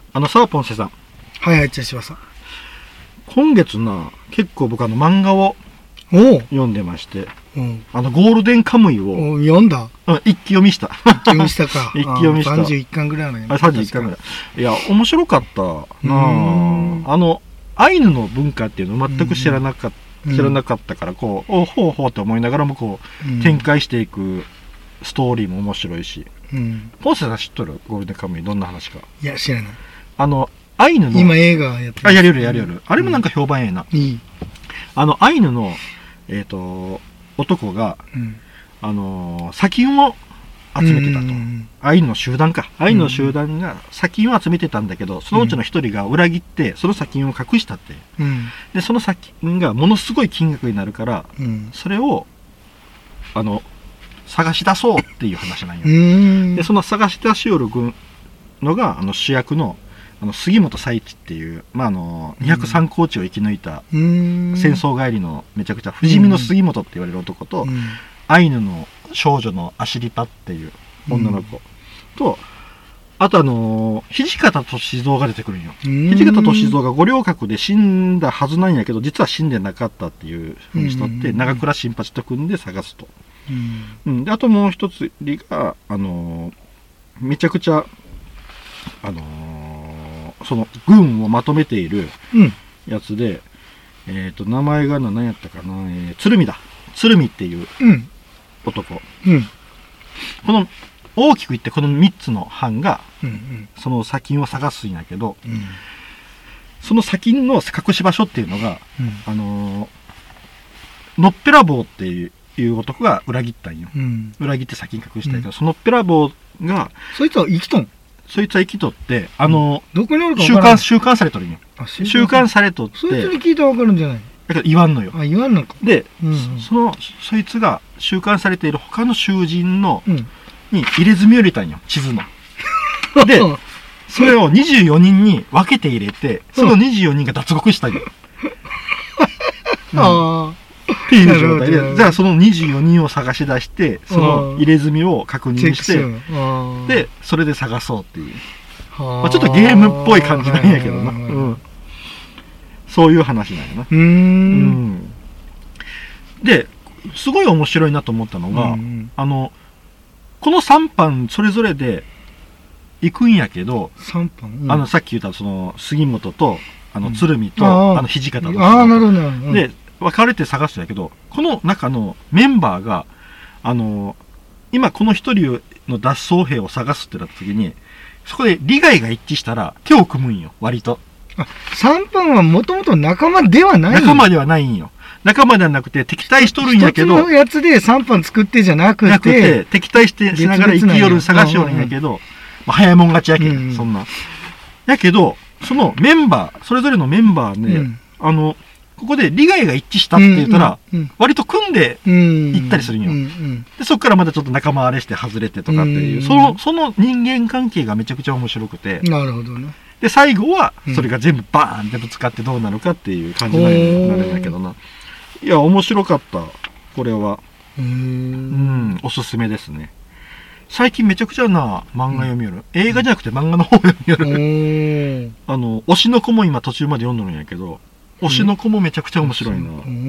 サーポンセさん。 はいはい、じゃあ柴さん。 今月な、結構僕漫画を読んでまして、ゴールデンカムイを。 読んだ？ 一気読みした。 一気読みしたか。 一気読みした。 31巻ぐらいのね。31巻ぐらい。いや、面白かったな。アイヌの文化っていうのを全く知らなかったから、こう、ほうほうって思いながらもこう、展開していくストーリーも面白いし。ポンセさん知っとる？ゴールデンカムイどんな話か。 いや、知らない。 アイヌの。 今映画やってる。 やる。あれもなんか評判ええな。アイヌの、男が、砂金を集めてたと。アイヌの集団か。アイヌの集団が砂金を集めてたんだけど、そのうちの一人が裏切って、その砂金を隠したって。で、その砂金がものすごい金額になるから、それを、探し出そうっていう話なんよ。で、その探し出しよるのが、主役の、杉本佐一っていう、203高地を生き抜いた、戦争帰りのめちゃくちゃ不死身の杉本って言われる男と、アイヌの少女のアシリパっていう女の子と、あと土方歳三が出てくるんよ。土方歳三が五稜郭で死んだはずなんやけど、実は死んでなかったっていうふうにしとって、長倉新八と組んで探すと。で、あともう一つが、めちゃくちゃ、その軍をまとめているやつで、名前が何やったかな、鶴見だ。鶴見っていう男。この大きく言ってこの3つの班がその砂金を探すんやけど、その砂金の隠し場所っていうのが、のっぺらぼうっていう男が裏切ったんよ。裏切って砂金隠したんやけど、そののっぺらぼうが、 そいつは生きとん？ そいつは生きとって、 どこにおるか分からん。 収監されとるんよ。収監されとって。 そいつに聞いたら分かるんじゃない？ だから言わんのよ。 言わんのか。 で、そいつが収監されている他の囚人に入れ墨を入れたんよ、地図の。で、それを24人に分けて入れて、その24人が脱獄したんよ。っていう状態で、じゃあその24人を探し出して、その入れ墨を確認して、で、それで探そうっていう。ちょっとゲームっぽい感じなんやけどな。そういう話なんやな。で、すごい面白いなと思ったのが、この3班それぞれで行くんやけど、さっき言ったその杉本と、鶴見と、土方の。で、分かれて探すんやけど、この中のメンバーが、今この一人の脱走兵を探すってなった時に、そこで利害が一致したら手を組むんよ、割と。 3班はもともと仲間ではないんよ。 仲間ではないんよ。仲間ではなくて敵対しとるんやけど。 一つのやつで3班作ってじゃなくて。 敵対しながら生きよる探しよるんやけど、早いもん勝ちやけん、そんな。やけど、そのメンバー、それぞれのメンバーね、ここで利害が一致したって言ったら、割と組んでいったりするんよ。で、そこからまたちょっと仲間割れして外れてとかっていう、その人間関係がめちゃくちゃ面白くて。 なるほどね。 で、最後は、それが全部バーンってぶつかってどうなるかっていう感じになるんだけどな。いや、面白かった。これは。おすすめですね。最近めちゃくちゃな漫画読みよる。映画じゃなくて漫画の方読みよる。推しの子も今途中まで読んどるんやけど、推しの子もめちゃくちゃ面白いな。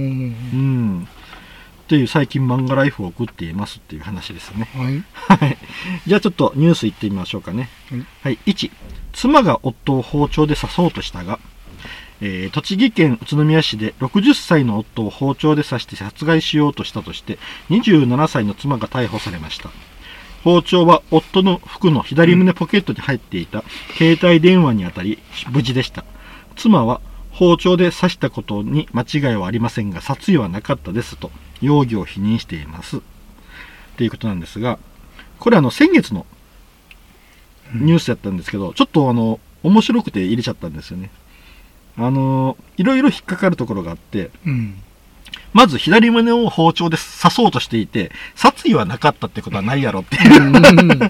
っていう最近漫画ライフを送っていますっていう話ですね。はい。じゃあちょっとニュースいってみましょうかね。はい。1、妻が夫を包丁で刺そうとしたが、栃木県宇都宮市で60歳の夫を包丁で刺して殺害しようとしたとして、27歳の妻が逮捕されました。包丁は夫の服の左胸ポケットに入っていた携帯電話に当たり、無事でした。妻は包丁で刺したことに間違いはありませんが、殺意はなかったですと、容疑を否認しています。っていうことなんですが、これ先月のニュースやったんですけど、ちょっと面白くて入れちゃったんですよね。いろいろ引っかかるところがあって、まず左胸を包丁で刺そうとしていて、殺意はなかったってことはないやろっていう。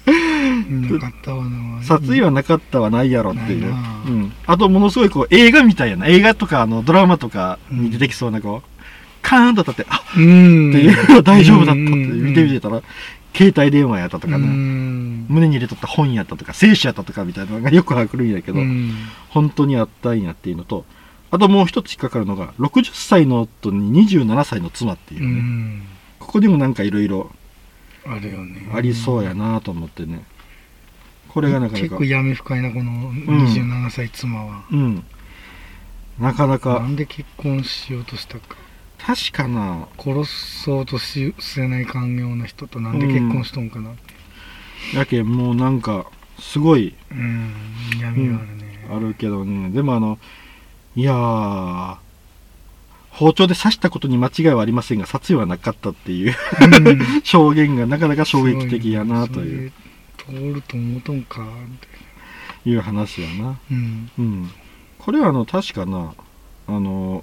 殺意はなかったはないやろっていう。あとものすごい映画みたいな、映画とかドラマとかに出てきそうなカーンと立って、っていう大丈夫だったって見てみてたら、携帯電話やったとかね。 胸に入れとった本やったとか聖書やったとかみたいなのがよくわかるんやけど、本当にあったんやっていうのと、あともう一つ引っかかるのが60歳の夫に27歳の妻っていうね、ここにもなんかいろいろあるよね、 ありそうやなと思ってね。これがなかなか結構闇深いな、この27歳妻は。 なかなか。 なんで結婚しようとしたか。 確かな。 殺そうとせない寛容な人となんで結婚しとんかな。 やけんもうなんかすごい、 闇があるね。 あるけどね。でもいやー、包丁で刺したことに間違いはありませんが殺意はなかったっていう、証言がなかなか衝撃的やなという。 通ると思うとんかっていう話やな。これは確かな、外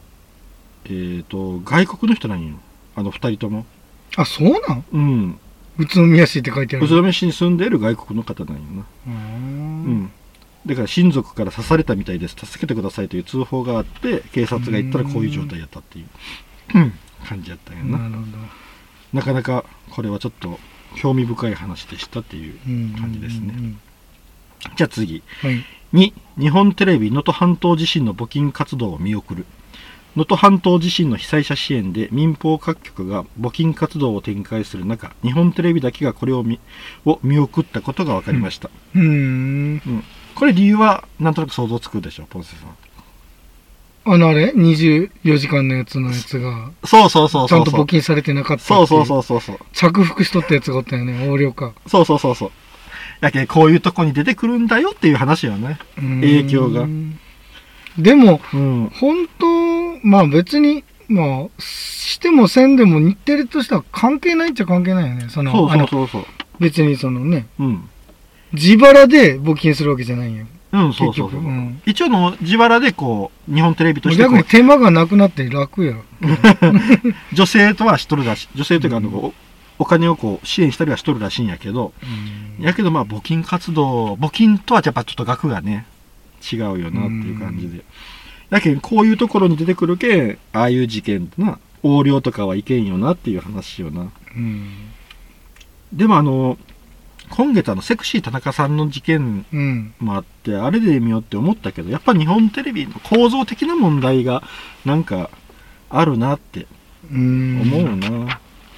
国の人なんよ。2人とも。 あ、そうなん？宇都宮市って書いてある。 宇都宮市に住んでいる外国の方なんよな。だから親族から刺されたみたいです、助けてくださいという通報があって、警察が行ったらこういう状態やったっていう感じやったんやな。 なるほど。 なかなかこれはちょっと興味深い話でしたっていう感じですね。じゃあ次。2、日本テレビ能登半島地震の募金活動を見送る。能登半島地震の被災者支援で民放各局が募金活動を展開する中、日本テレビだけがこれを見送ったことが分かりました。これ理由はなんとなく想像つくでしょ、ポンセさん。 あれ24時間のやつがそうちゃんと募金されてなかったっていう。 そう着服しとったやつがおったよね、横領か。 そうやけこういうとこに出てくるんだよっていう話よね、影響が。 でも、本当別にしてもせんでも日テレとしては関係ないっちゃ関係ないよね。そう別に自腹で募金するわけじゃないよ。 一応の自腹で日本テレビとして逆に手間がなくなって楽や。 女性とはしとるらしい。女性というかお金を支援したりはしとるらしいんやけど、募金活動、募金とはやっぱちょっと額がね違うよなっていう感じで。だけどこういうところに出てくるけん、ああいう事件な横領とかはいけんよなっていう話よな。でも今月セクシー田中さんの事件もあって、あれで見ようって思ったけど、やっぱ日本テレビの構造的な問題がなんかあるなって思うな。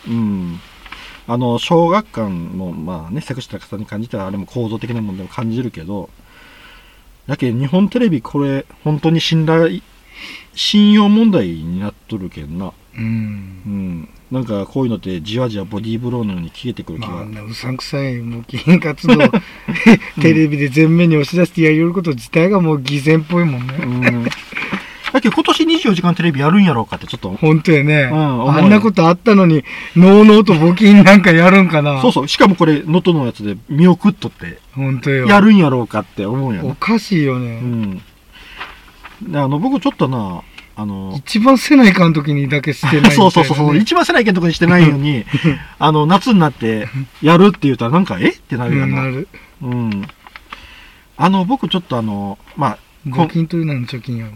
小学館もセクシー田中さんに感じたらあれも構造的な問題を感じるけど、だけど日本テレビこれ本当に信用問題になっとるけんな。なんかこういうのってじわじわボディーブローのように消えてくる気が。 うさんくさい募金活動テレビで前面に押し出してやりよること自体がもう偽善っぽいもんね。 だけど今年24時間テレビやるんやろうかってちょっと。 本当やね。あんなことあったのにのうのうと募金なんかやるんかな。 しかもこれ能登のやつで見送っとって本当よ。 やるんやろうかって思うやね。 おかしいよね。 僕ちょっとな一番せないかん時にだけしてないみたいな、ね。 一番せないかん時にしてないのに夏になってやるって言ったらなんかってなるよな。なる。僕ちょっと募金という名の貯金やろ。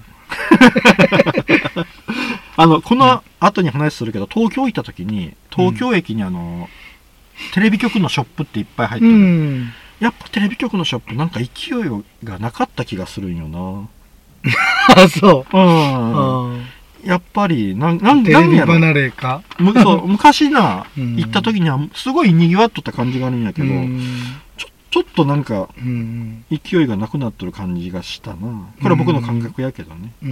この後に話するけど、東京行った時に東京駅にテレビ局のショップっていっぱい入ってる。やっぱテレビ局のショップなんか勢いがなかった気がするんよな。 あ、そう。 やっぱりテレビ離れか。 昔行った時にはすごい賑わっとった感じがあるんやけど、ちょっとなんか勢いがなくなっとる感じがしたな。これは僕の感覚やけどね。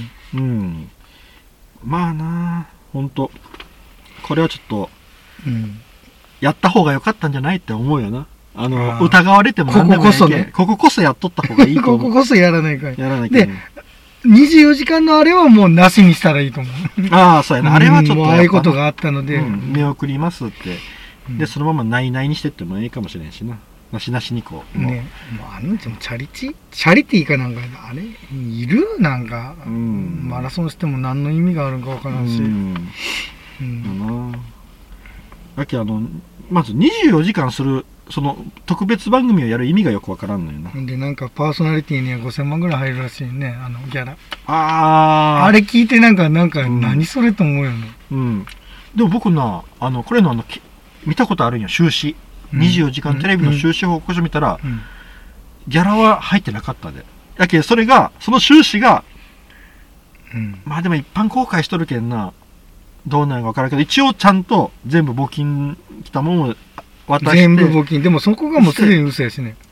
まあな、本当これはちょっとやった方が良かったんじゃないって思うよな。疑われても何でもいいけん、こここそやっとった方がいいと思う。 こここそやらないかい。 で、 24時間のあれはもうなしにしたらいいと思う。 そうやな。あれはちょっとああいうことがあったので、 見送りますって。で、そのままないないにしてってもいいかもしれんしな。なしなしにこう。 ね、チャリティーかなんか、あれいるなんか、マラソンしても何の意味があるんかわからんし。 だけまず24時間するその特別番組をやる意味がよくわからんのよな。 でなんかパーソナリティには5000万ぐらい入るらしいね、ギャラ。あれ聞いてなんか何それと思うよね。 でも僕これの見たことあるんよ、収支。 24時間テレビの収支報告書見たら、ギャラは入ってなかったで。やけそれが、その収支が、まあでも一般公開しとるけんな、どうなるか分からんけど、一応ちゃんと全部募金来たものを渡して。 全部募金。でもそこがもうすでに嘘やしね。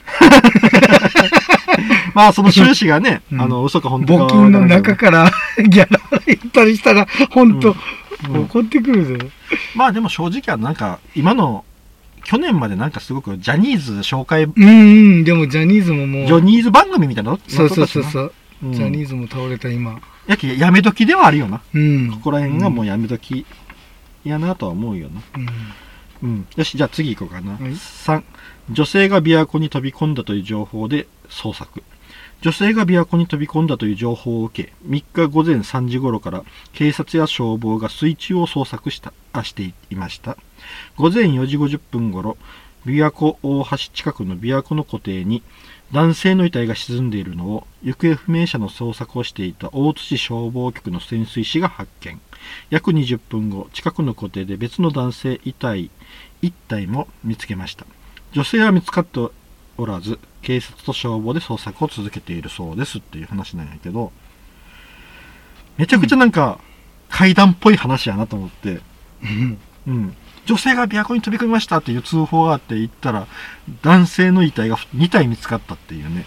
まあその収支がね、嘘か本当か。 募金の中からギャラ入ったりしたら、本当、怒ってくるぜ。 まあでも正直はなんか、今の、去年までなんかすごくジャニーズ紹介。 でもジャニーズももう。 ジャニーズ番組みたいなのそう。ジャニーズも倒れた今。 やけやめ時ではあるよな。ここら辺がもうやめ時やなとは思うよな。よし、じゃあ次行こうかな。3、女性が琵琶湖に飛び込んだという情報で捜索。女性が琵琶湖に飛び込んだという情報を受け、3日午前3時頃から警察や消防が水中を捜索していました。午前4時50分頃、琵琶湖大橋近くの琵琶湖の湖底に男性の遺体が沈んでいるのを行方不明者の捜索をしていた大津市消防局の潜水士が発見。約20分後、近くの湖底で別の男性遺体1体も見つけました。女性は見つかっておらず、警察と消防で捜索を続けているそうですっていう話なんやけど、めちゃくちゃなんか怪談っぽい話やなと思って、女性が琵琶湖に飛び込みましたっていう通報があって行ったら、男性の遺体が2体見つかったっていうね。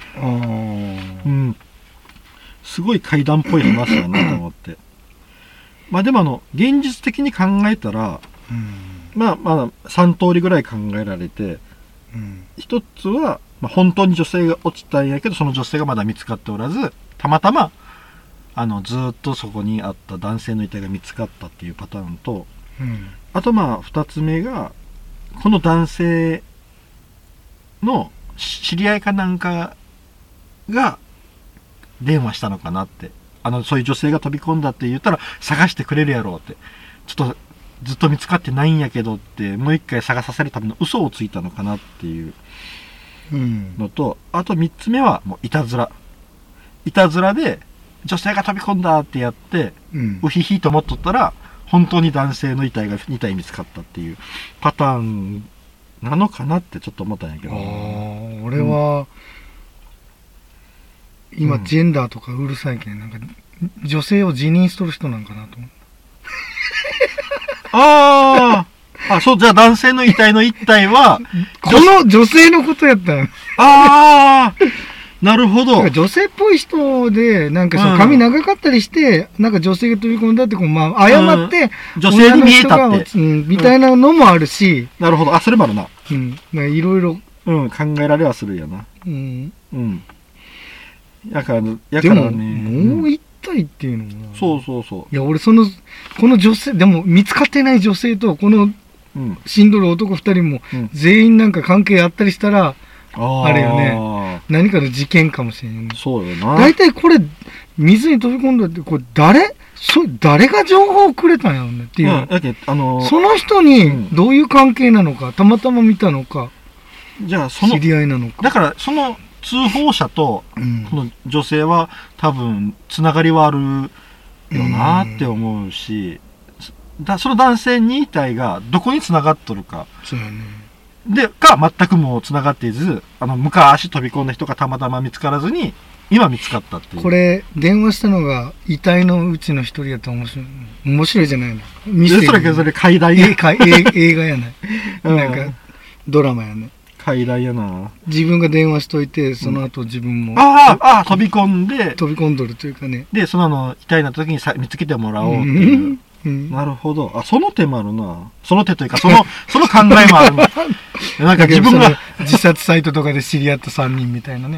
すごい怪談っぽい話だなと思って。まあでも現実的に考えたら、まあ3通りぐらい考えられて、一つは、本当に女性が落ちたんやけど、その女性がまだ見つかっておらず、たまたま、ずっとそこにあった男性の遺体が見つかったっていうパターンと、あと二つ目が、この男性の知り合いかなんかが電話したのかなって。そういう女性が飛び込んだって言ったら探してくれるやろうって。ちょっとずっと見つかってないんやけどって、もう一回探させるための嘘をついたのかなっていうのと、あと3つ目はもういたずら。いたずらで女性が飛び込んだってやって、うひひと思っとったら、本当に男性の遺体が2体見つかったっていうパターンなのかなってちょっと思ったんやけど。 俺は、今ジェンダーとかうるさいけん、なんか女性を自認しとる人なんかなと思う。 そう、じゃあ男性の遺体の1体は、 この女性のことやったよ。 なるほど。 女性っぽい人で、なんか髪長かったりして、なんか女性が飛び込んだって、誤って、 女性に見えたって。 みたいなのもあるし。 なるほど。それもあるな。 いろいろ。 考えられはするよな。だからね。 でも、もう一体っていうのも。 そう。 いや、俺この女性、でも見つかってない女性と、この、死んどる男2人も、全員なんか関係あったりしたら、あれよね。何かの事件かもしれないね。 そうよな。 大体これ、水に飛び込んだって、これ誰が情報をくれたんやろうねっていう。その人にどういう関係なのか、たまたま見たのか、 じゃあ知り合いなのか。 だから、その通報者と、この女性は多分、つながりはあるよなって思うし、その男性2体がどこにつながっとるか。 そうやね。 全くもう繋がっていず、昔飛び込んだ人がたまたま見つからずに、今見つかったっていう。 これ、電話したのが遺体のうちの一人やったら面白い。面白いじゃないの。 それ怪談や。 映画やない。なんか、ドラマやね。 怪談やな。 自分が電話しといて、その後自分も。 飛び込んで。 飛び込んどるというかね。 で、遺体になった時に見つけてもらおうっていう。なるほど。その手もあるな。その手というか、その考えもあるな。なんか自分が自殺サイトとかで知り合った3人みたいなね。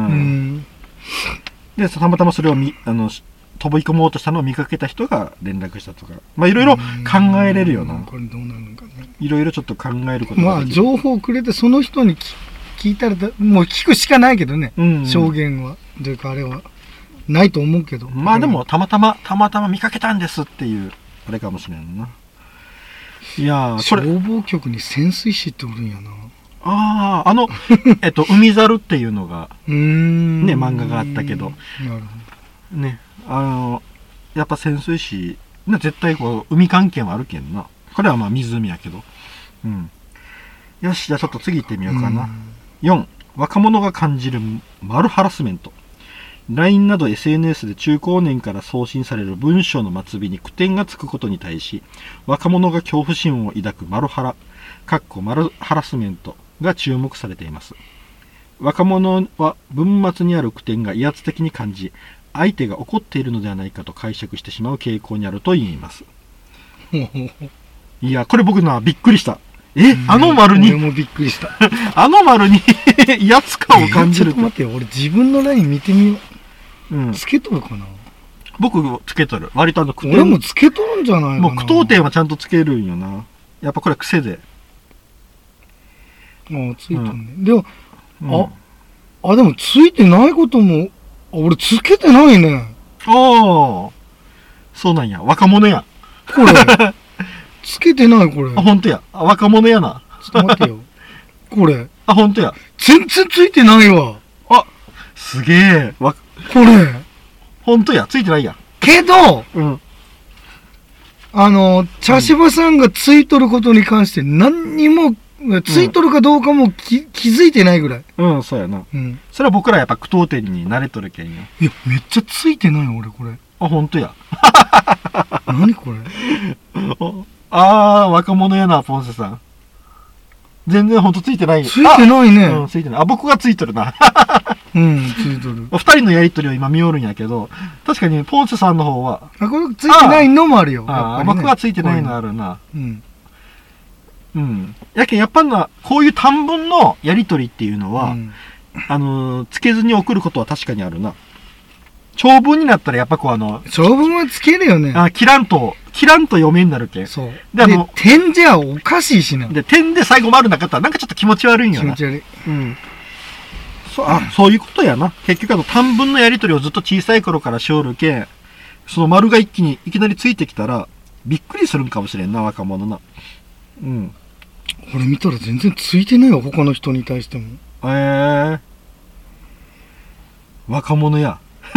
で、たまたまそれを飛び込もうとしたのを見かけた人が連絡したとか。いろいろ考えれるよな。 これどうなるのかね。 いろいろちょっと考えることができる。 情報をくれて、その人に聞いたら、もう聞くしかないけどね。証言は。というか、あれは。ないと思うけど。 でも、たまたま見かけたんですっていう。あれかもしれんな。いや消防局に潜水士っておるんやな。 海猿っていうのが、ね、漫画があったけど。 なるほど。ね、やっぱ潜水士、絶対海関係はあるけんな。これは湖やけど。 よし、じゃあちょっと次行ってみようかな。4、若者が感じるマルハラスメント。LINE など SNS で中高年から送信される文章の末尾に句点がつくことに対し、若者が恐怖心を抱くマルハラ、マルハラスメントが注目されています。若者は文末にある句点が威圧的に感じ、相手が怒っているのではないかと解釈してしまう傾向にあると言います。いや、これ僕びっくりした。あの丸に。 俺もびっくりした。 あの丸に威圧感を感じると。 ちょっと待ってよ、俺自分のライン見てみよう。つけとるかな。 僕つけとる。割と句点。 俺もつけとるんじゃないかな。 もう句読点はちゃんとつけるんよな。やっぱこれは癖で。 ついてんね。でも、でもついてないことも、俺つけてないね。 そうなんや。若者や。 これ。つけてない、これ。 ほんとや。若者やな。 ちょっと待ってよ。これ。 ほんとや。 全然ついてないわ。 すげえ。 これ。 ほんとや。ついてないや。 けど、茶芝さんがついとることに関して何にも、ついとるかどうかも気づいてないぐらい。 そうやな。それは僕らやっぱ句読点に慣れとるけんよ。 いや、めっちゃついてないよ、俺、これ。 ほんとや。 何これ。 若者やな、ポンセさん。全然ほんとついてない。 ついてないね。 ついてない。僕がついとるな。 ついとる。 二人のやりとりを今見おるんやけど、確かにポンセさんの方は。 これついてないのもあるよ。 僕がついてないのあるな。やけんやっぱこういう短文のやりとりっていうのは、つけずに送ることは確かにあるな。長文になったらやっぱ長文はつけるよね。 切らんと読めになるけん。 そう。で、点じゃおかしいしな。 で、点で最後丸なかったらなんかちょっと気持ち悪いんよな。 気持ち悪い。 そういうことやな。結局短文のやり取りをずっと小さい頃からしおるけん、その丸がいきなりついてきたら、びっくりするんかもしれんな、若者な。 俺見たら全然ついてないわ、他の人に対しても。 若者や。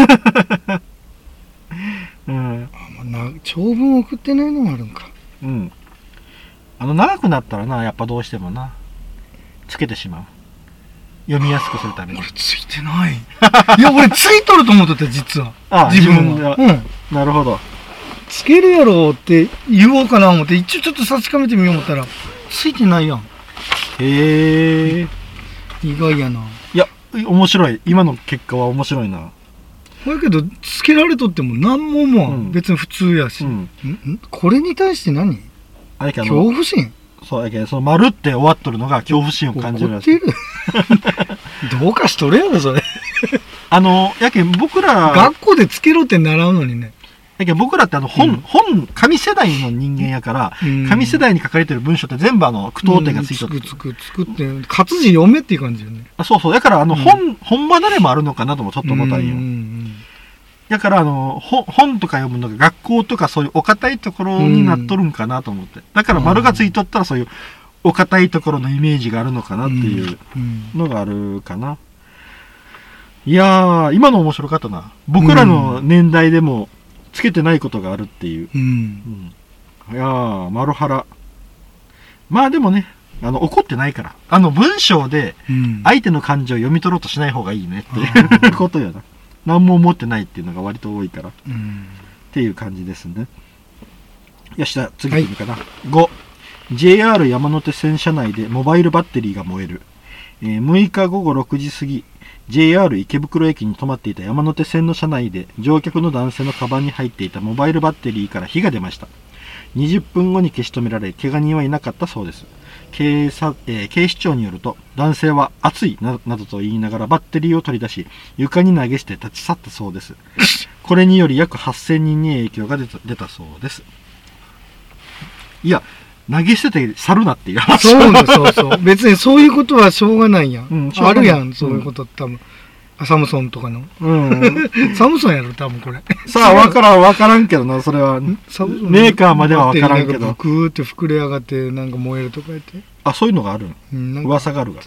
長文送ってないのもあるんか。 長くなったらな、やっぱどうしてもな、つけてしまう。読みやすくするために。 俺ついてない。いや、俺ついとると思ってた、実は。 自分は。なるほど。 つけるやろって言おうかな思って、一応ちょっと確かめてみよう思ったら、ついてないやん。意外やな。 いや、面白い。今の結果は面白いな。 だけど、つけられとっても何もも別に普通やし。これに対して何？恐怖心？ そうやけど、その丸って終わっとるのが恐怖心を感じるらしい。 どうかしとるやろ、それ。 やけん僕ら。 学校でつけろって習うのにね。 やけん僕らって紙世代の人間やから、紙世代に書かれてる文章って全部句読点がついとって。 作って、活字読めっていう感じよね。 そうそう。だから本離れもあるのかなともちょっと思ったんよ。だから本とか読むのが学校とかそういうお堅いところになっとるんかなと思って。だから丸がついとったらそういうお堅いところのイメージがあるのかなっていうのがあるかな。いやー、今の面白かったな。僕らの年代でもつけてないことがあるっていう。いやー、マルハラ。まあでもね、怒ってないから。文章で相手の感情を読み取ろうとしない方がいいねっていうことよな。何も思ってないっていうのが割と多いから。っていう感じですね。よし、じゃあ次行くかな。5、JR 山手線車内でモバイルバッテリーが燃える。6日午後6時過ぎ、JR 池袋駅に止まっていた山手線の車内で乗客の男性のカバンに入っていたモバイルバッテリーから火が出ました。20分後に消し止められ、怪我人はいなかったそうです。警視庁によると、男性は熱いなどと言いながらバッテリーを取り出し、床に投げ捨て立ち去ったそうです。これにより約8000人に影響が出たそうです。いや、投げ捨てて去るなっていう話。 そう。別にそういうことはしょうがないやん。あるやん、そういうこと多分。サムソンとかの。サムソンやろ、多分これ。 さあ、わからんけどな、それは。メーカーまではわからんけど。 ブクーって膨れ上がって、なんか燃えるとか言って。 そういうのがある噂があるが。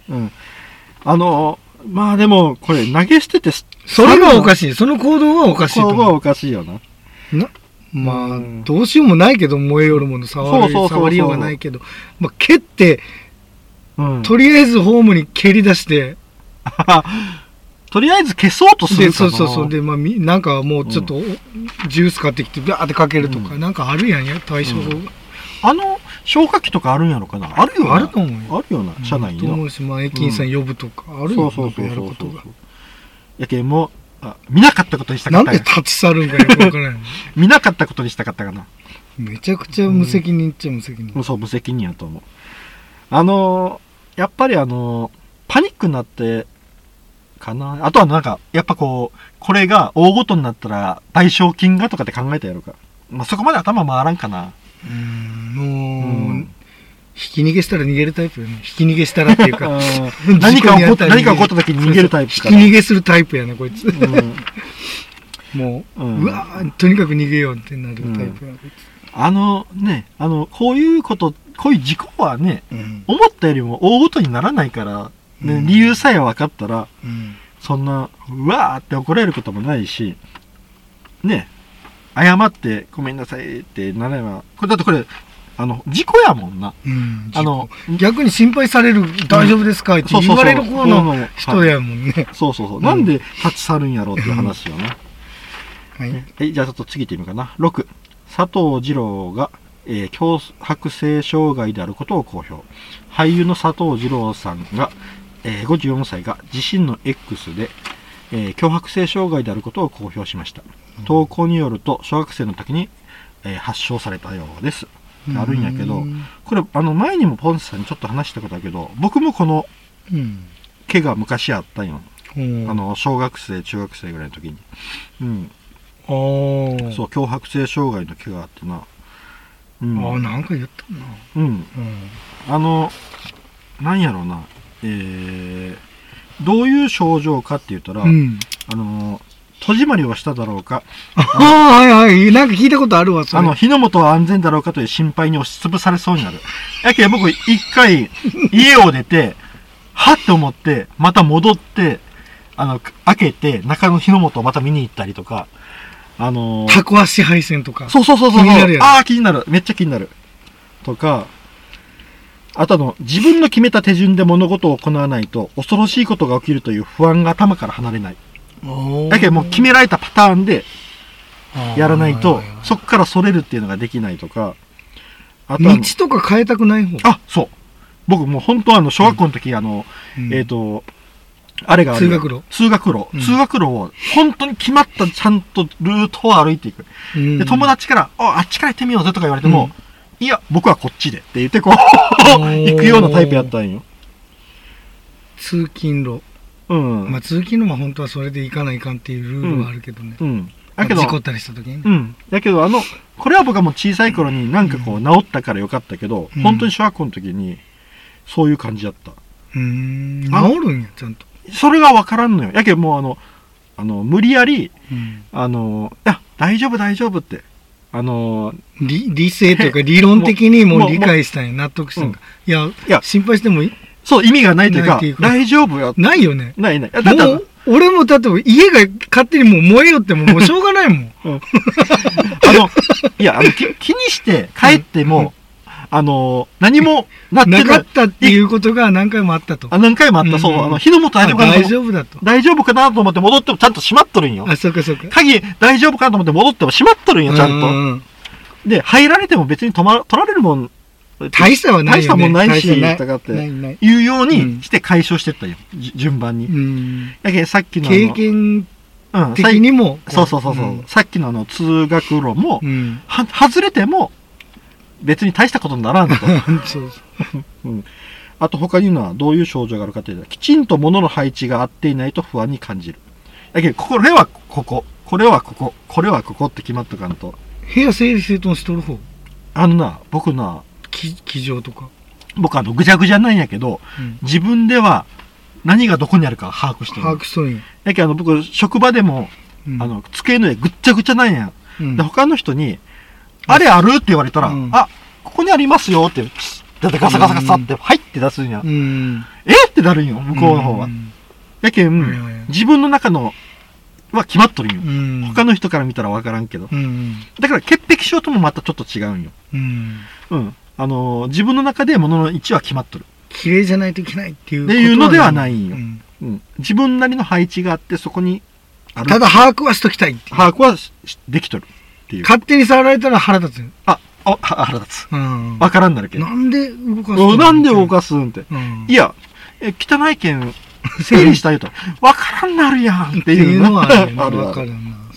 まあでも、これ投げ捨てて、 それがおかしい。その行動はおかしいと思う。 行動はおかしいよな。 まあ、どうしようもないけど、燃えよるもの触りようがないけど、まあ、蹴って、 とりあえずホームに蹴り出してとりあえず消そうとするかな。 そうで、なんかもうちょっとジュース買ってきてビャーってかけるとか、なんかあるやんや対処法が。 消火器とかあるんやろかな。あるよな。 あると思うよ。 あるよな、車内に。と思うし、駅員さん呼ぶとかあるよ。 そうやることが。やけんも見なかったことにしたかった。 なんで立ち去るんかよくわからない。 見なかったことにしたかったかな。 めちゃくちゃ無責任っちゃ無責任。 そう、無責任やと思う。やっぱりパニックになってかな。あとはなんかやっぱこれが大ごとになったら賠償金がとかって考えてやるか。そこまで頭回らんかな。 もう、ひき逃げしたら逃げるタイプよね。ひき逃げしたらっていうか何か起こった時に逃げるタイプか。ひき逃げするタイプやねこいつ。もう、うわーとにかく逃げようってなるタイプやこいつ。こういう事故はね、思ったよりも大ごとにならないから、理由さえ分かったら、そんなうわーって怒られることもないしね、謝ってごめんなさいってなれば、だってこれ事故やもんな。 逆に心配される大丈夫ですかって言われる方の人やもんね。 なんで立ち去るんやろうっていう話よね。はい、じゃあちょっと次行ってみようかな。6、佐藤二朗が強迫性障害であることを公表。俳優の佐藤二朗さんが、54歳が自身の X で、強迫性障害であることを公表しました。投稿によると小学生の時に、発症されたようです。あるんやけど、これ前にもポンスさんにちょっと話したことだけど、僕もこの毛が昔あったんよ。小学生中学生ぐらいの時に、そう、強迫性障害の毛があってな。 なんか言ったな。なんやろうな、どういう症状かって言ったら、戸締まりをしただろうか、 なんか聞いたことあるわ。 火の元は安全だろうかという心配に押しつぶされそうになる。やけ僕一回家を出てはって思ってまた戻って開けて中の火の元をまた見に行ったりとか、 タコ足配線とか。 そう気になるやん。気になる、めっちゃ気になるとか、あと自分の決めた手順で物事を行わないと恐ろしいことが起きるという不安が頭から離れない。だけどもう決められたパターンでやらないとそこからそれるっていうのができないとか。 あと道とか変えたくない方。 そう。僕もう本当小学校の時あれがある。通学路を本当に決まったちゃんとルートを歩いていく。で友達からあっちから行ってみようぜとか言われても、いや僕はこっちでって言って行くようなタイプやったんよ。 通勤路。通勤路は本当はそれで行かないかんっていうルールはあるけどね。だけど事故ったりした時に。 だけどこれは僕はもう小さい頃になんか治ったからよかったけど、本当に小学校の時にそういう感じだった。 治るんやちゃんと。 それが分からんのよ。やけどもう無理やり、いや大丈夫って理性というか理論的にもう理解したんや、納得したんか。いや心配してもいい。 そう意味がないというか大丈夫よ。 ないよね。 ない。 だって俺もだって家が勝手にもう燃えよってもうしょうがないもん。 いや気にして帰っても何もなかったっていうことが何回もあったと。 何回もあった。そう火の元大丈夫だと。 大丈夫かなと思って戻ってもちゃんと閉まっとるんよ。 そうか。 鍵大丈夫かなと思って戻っても閉まっとるんよちゃんと。で入られても別に取られるもん大したもんないし、 従っていうようにして解消してったよ、順番に。やけさっきの経験的にも、 そう、さっきの通学路も外れても別に大したことにならんと。あと他にはどういう症状があるかというと、きちんと物の配置が合っていないと不安に感じる。やけこれはここ、これはここ、これはここって決まっとかんと。 部屋整理整頓しとる方。 僕気丈とか。 僕ぐちゃぐちゃなんやけど、自分では何がどこにあるか把握してる。 把握しとるんや。 やけ僕職場でも机の上ぐっちゃぐちゃなんや。で他の人にあれあるって言われたら、ここにありますよってだってガサガサガサって入って出すんや。ってなるんよ向こうの方は。やけん自分の中のは決まっとるんよ。他の人から見たら分からんけど。だから潔癖症ともまたちょっと違うんよ。自分の中で物の位置は決まっとる。 綺麗じゃないといけないっていうっていうのではないんよ。自分なりの配置があって、そこにある。ただ把握はしときたいっていう。 把握はできとるっていう。 勝手に触られたら腹立つよ。 腹立つ。わからんなるけど。 なんで動かすんなんで動かすんって。いや、汚いけん、整理したいと。わからんなるやんっていうのはある。わかるな。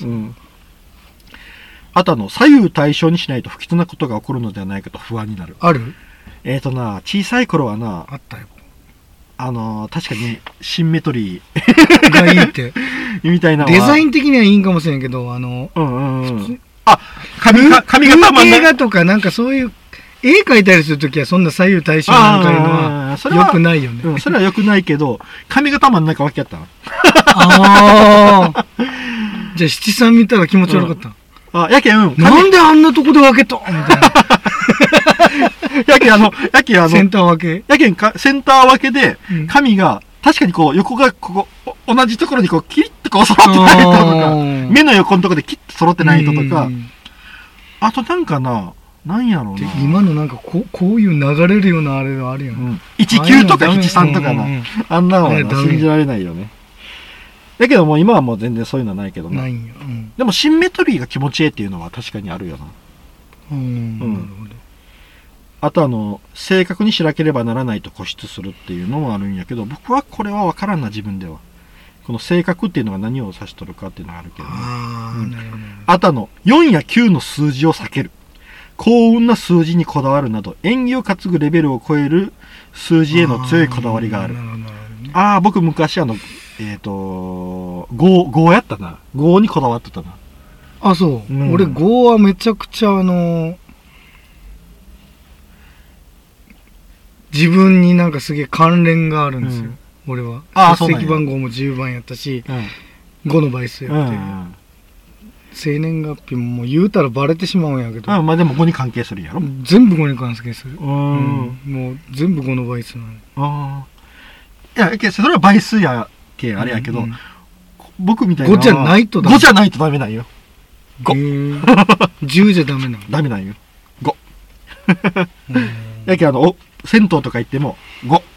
あと左右対称にしないと不吉なことが起こるのではないかと不安になる。 ある？ 小さい頃はな、 あったよ。 確かにシンメトリーがいいってみたいな。 デザイン的にはいいんかもしれんけど、 髪型映画とかなんかそういう絵描いたりするときはそんな左右対称なんかいうのは良くないよね。 それは良くないけど、髪型真ん中分けやったな。 じゃあ七三見たら気持ち悪かった。 やけん、 なんであんなとこで分けたみたいな。 やけんセンター分け。 やけんセンター分けで、髪が、確かに横が同じところにキリッと揃ってない人とか、目の横のところでキッと揃ってない人とか、あとなんかなんやろうな。 今のなんかこういう流れるようなあれがあるよね。 19とか13とかな。あんなのは信じられないよね。だけどもう今はもう全然そういうのはないけどな。 ないんよ。 でもシンメトリーが気持ちいいっていうのは確かにあるよな。あと正確にしなければならないと固執するっていうのもあるんやけど、僕はこれは分からんな、自分では。この正確っていうのが何を指しとるかっていうのがあるけどね。あと4や9の数字を避ける。幸運な数字にこだわるなど、縁起を担ぐレベルを超える数字への強いこだわりがある。僕昔5やったな。5にこだわってたな。 そう。俺5はめちゃくちゃ自分になんかすげえ関連があるんですよ。俺は。出席番号も10番やったし、5の倍数やって。生年月日も言うたらバレてしまうんやけど。 でも5に関係するやろ。 全部5に関係する。もう全部5の倍数なの。 いや、それは倍数やけあれやけど、僕みたいな 5じゃないとダメ。 5じゃないとダメなんよ。5。 10じゃダメなの。 ダメなんよ。5。やけ銭湯とか行っても5って。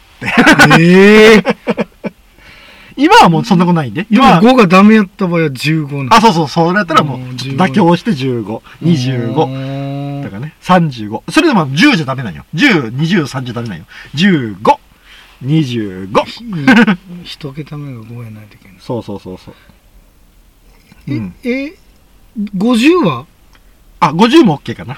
今はもうそんなことないんで。 今は5がダメやった場合は15なの。そうやったらもう妥協して15、25とかね、35。それでも10じゃダメなんよ。10、20、30ダメなんよ。15、25。 一桁目が5やないといけない。 そう。 50は 50も OK かな。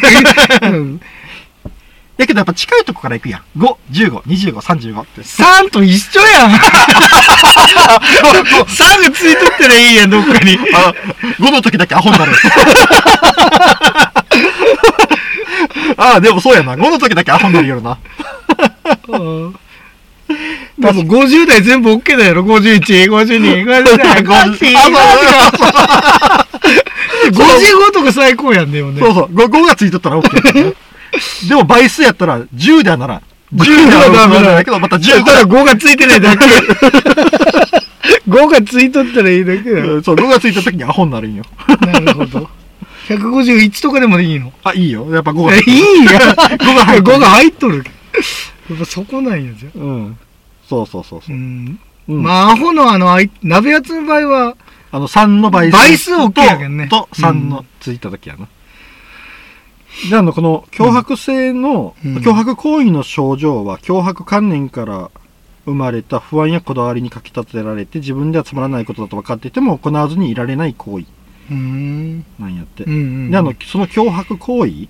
だけどやっぱ近いとこから行くやん。5、15、25、35って。 3と一緒やん。3がついとったらいいやん、どっかに。 5の時だけアホになる。でもそうやな。5の時だけアホになるよな。 多分50代全部 OK だよ。51、52、53、54。55とか最高やんでもね。 そう。5がついとったら OK。でも倍数やったら10ではならん。10ではダメなんだけど、また10 から5がついてないだけ。5がついとったらいいだけだよ。 そう、5がついた時にアホになるんよ。 なるほど。151とかでもいいの？ いいよ。やっぱ5が。 いいや。5が入っとる。やっぱそこなんやじゃん。 そう。 まあ、アホの鍋やつの場合は、 3の倍数 OK やけんね。 と3のついた時やな。で、この脅迫性の、脅迫行為の症状は、脅迫観念から生まれた不安やこだわりにかき立てられて、自分ではつまらないことだと分かっていても行わずにいられない行為。なんやって。で、その脅迫行為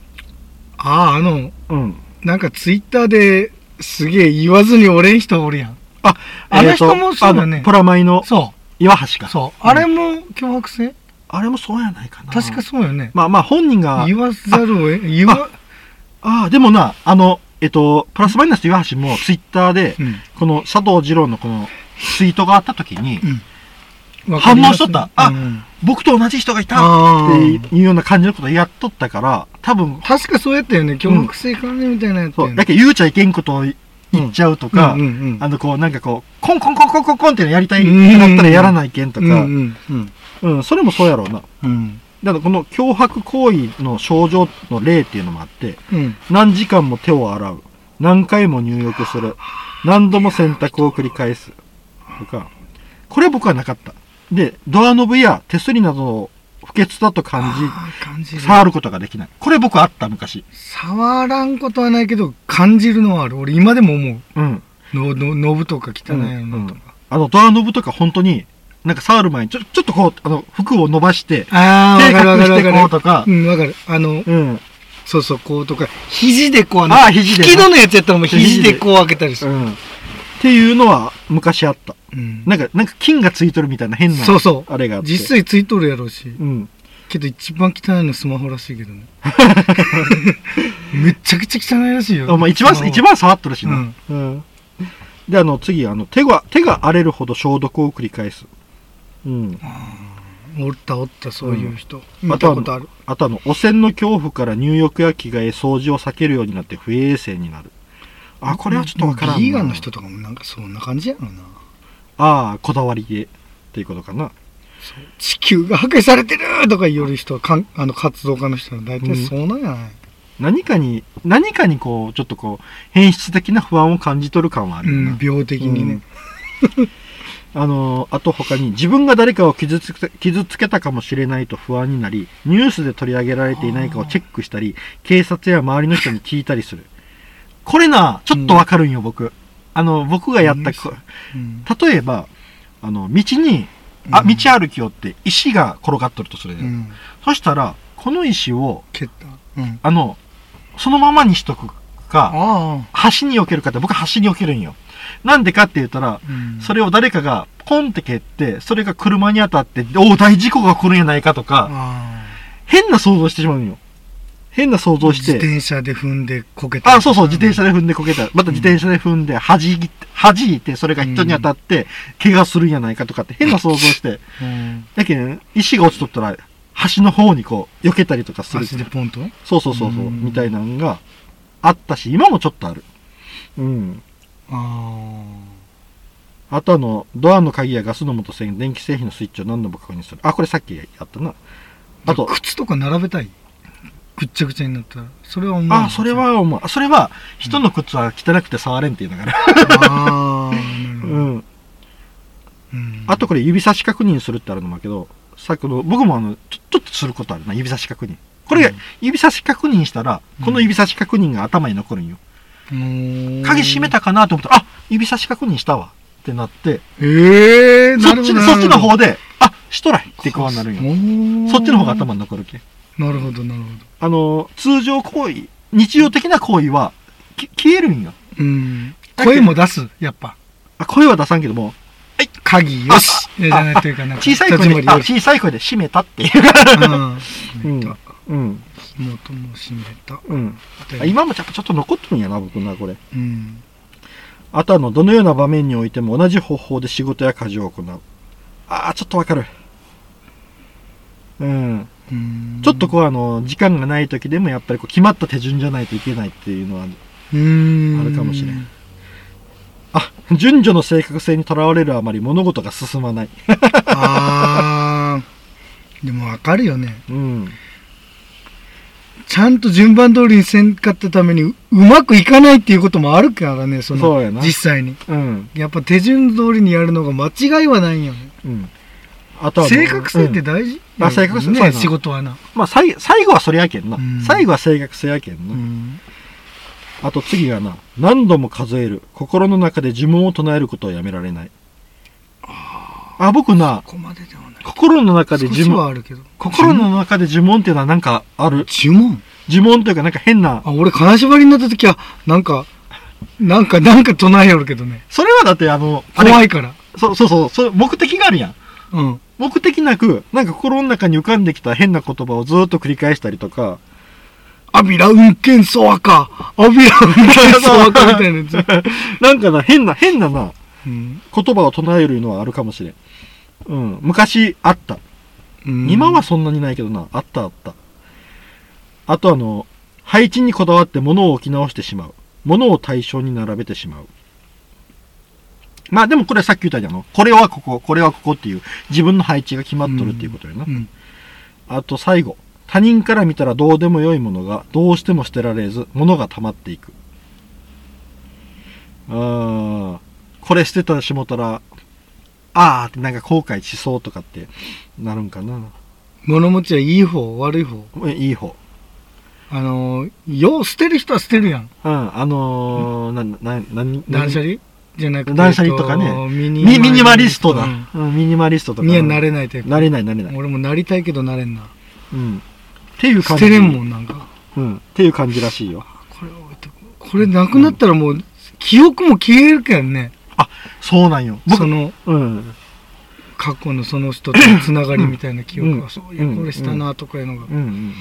なんかツイッターですげえ言わずにおれん人おるやん。あの人もそうだね。 プラマイの岩橋か。 そう。あれも脅迫性？ あれもそうやないかな。 確かそうよね。 まあ本人が。 言わざるをでもな、プラスマイナス岩橋もツイッターで、この佐藤二郎のこのツイートがあった時に、反応しとった。僕と同じ人がいたっていうような感じのことをやっとったから、多分。 確かそうやったよね。脅迫性関連みたいなやつ。 そう。だけど言うちゃいけんことを言っちゃうとか、なんかコンってやりたいなったらやらないけんとか、それもそうやろうな。だからこの脅迫行為の症状の例っていうのもあって、何時間も手を洗う、 何回も入浴する。何度も洗濯を繰り返す。とか、これ僕はなかった。で、ドアノブや手すりなどを不潔だと感じ、触ることができない。これ僕あった、昔。 触らんことはないけど、感じるのはある。俺今でも思う。うん。ノブとか汚いのとか。 ドアノブとか本当に、なんか触る前にちょっとこう、服を伸ばして、手隠してこうとか。 うん、わかる。そうそう、こうとか、肘でこう、 肘で。 引き戸のやつやったらもう肘でこう開けたりする。 っていうのは昔あった。なんか菌がついとるみたいな変な、あれがあって。 実際ついとるやろうし。けど一番汚いのスマホらしいけどね。めちゃくちゃ汚いらしいよ。 一番触っとるしな。で、次、手が荒れるほど消毒を繰り返す。 おった、そういう人。見たことある。 あと汚染の恐怖から入浴や着替え、掃除を避けるようになって不衛生になる。これはちょっとわからんな。 ビーガンの人とかもなんかそんな感じやろな。こだわりでっていうことかな。 地球が破壊されてるとか言う人は活動家の人は大体そうなんやない。 何かにこうちょっとこう変質的な不安を感じ取る感はあるよな。 病的にね。 あと他に自分が誰かを傷つけたかもしれないと不安になり、ニュースで取り上げられていないかをチェックしたり、警察や周りの人に聞いたりする。これな、ちょっとわかるんよ、僕。僕がやった、例えば、道に、道歩きよって石が転がっとるとするで。そしたら、この石を、そのままにしとくか、橋に避けるかって、僕は橋に避けるんよ。なんでかって言ったら、それを誰かがポンって蹴って、それが車に当たって、大事故が来るんやないかとか、変な想像してしまうんよ。変な想像して。 自転車で踏んでこけた。 そう、自転車で踏んでこけた。また自転車で踏んで、弾いて、それが人に当たって、怪我するんやないかとかって変な想像して。だけど、石が落ちとったら、橋の方にこう、避けたりとかする。 橋でポンとそう、みたいなのがあったし、今もちょっとある。あとドアの鍵やガスの元栓、電気製品のスイッチを何度も確認する。これさっきやったな。 あと、靴とか並べたい？ぐっちゃぐちゃになったら。それは思う。 それは思う。それは、人の靴は汚くて触れんっていうのがね。あとこれ指差し確認するってあるんだけど、さっきの、僕もちょっとすることあるな、指差し確認。これ、指差し確認したら、この指差し確認が頭に残るんよ。鍵閉めたかなと思ったら、指差し確認したわってなって、 なるほど。 そっちの方で、しとらいってこうなるんよ。そっちの方が頭に残るけ。 なるほど。 通常行為、日常的な行為は、消えるんよ。 声も出す、やっぱ。 声は出さんけども、 鍵よしじゃないというかなんか小さい声で閉めたっていう。 妹も閉めた。 今もちょっと残っとるんやな、僕な、これ。あとどのような場面においても同じ方法で仕事や家事を行う。ちょっとわかる。ちょっとこう時間がない時でもやっぱりこう決まった手順じゃないといけないっていうのはあるかもしれん。順序の正確性にとらわれるあまり物事が進まない。 でもわかるよね。ちゃんと順番通りにせんかったためにうまくいかないっていうこともあるからね、 そうやな実際に。やっぱ手順通りにやるのが間違いはないんよね。あとは正確性って大事、 正確性ね、仕事はな。 最後はそれやけんな。最後は正確性やけんな。あと次がな、何度も数える。心の中で呪文を唱えることをやめられない。僕な、心の中で呪文。心の中で呪文っていうのはなんかある。 呪文というかなんか変な。 俺金縛りになった時は、なんか唱えよるけどね。 それはだって怖いから。 そう、目的があるやん。目的なく、なんか心の中に浮かんできた変な言葉をずっと繰り返したりとか、 アビラ運転ソワカアビラ運転ソワカみたいなやつ。 なんかな、変なな、言葉を唱えるのはあるかもしれん。昔あった。今はそんなにないけどな、あった。あと配置にこだわって物を置き直してしまう。物を対象に並べてしまう。でもこれさっき言ったじゃん。これはここ、これはここっていう自分の配置が決まっとるっていうことやな。あと最後。他人から見たらどうでもよいものがどうしても捨てられず、物が溜まっていく。 これ捨てたらしもたら、あーってなんか後悔しそうとかってなるんかな。 物持ちはいい方、悪い方？ いい方。 捨てる人は捨てるやん。 うん、 断捨離じゃなくて。 断捨離とかね。ミニマリストだ。ミニマリストとか。 にはなれないタイプ。 なれない。 俺もなりたいけどなれんな。 うん。っていう感じ。 捨てれんもん、なんか。 うん。っていう感じらしいよ。 これなくなったらもう、記憶も消えるけんね。 あ、そうなんよ。 過去のその人とのつながりみたいな記憶が、そういうこれしたなとかいうのが。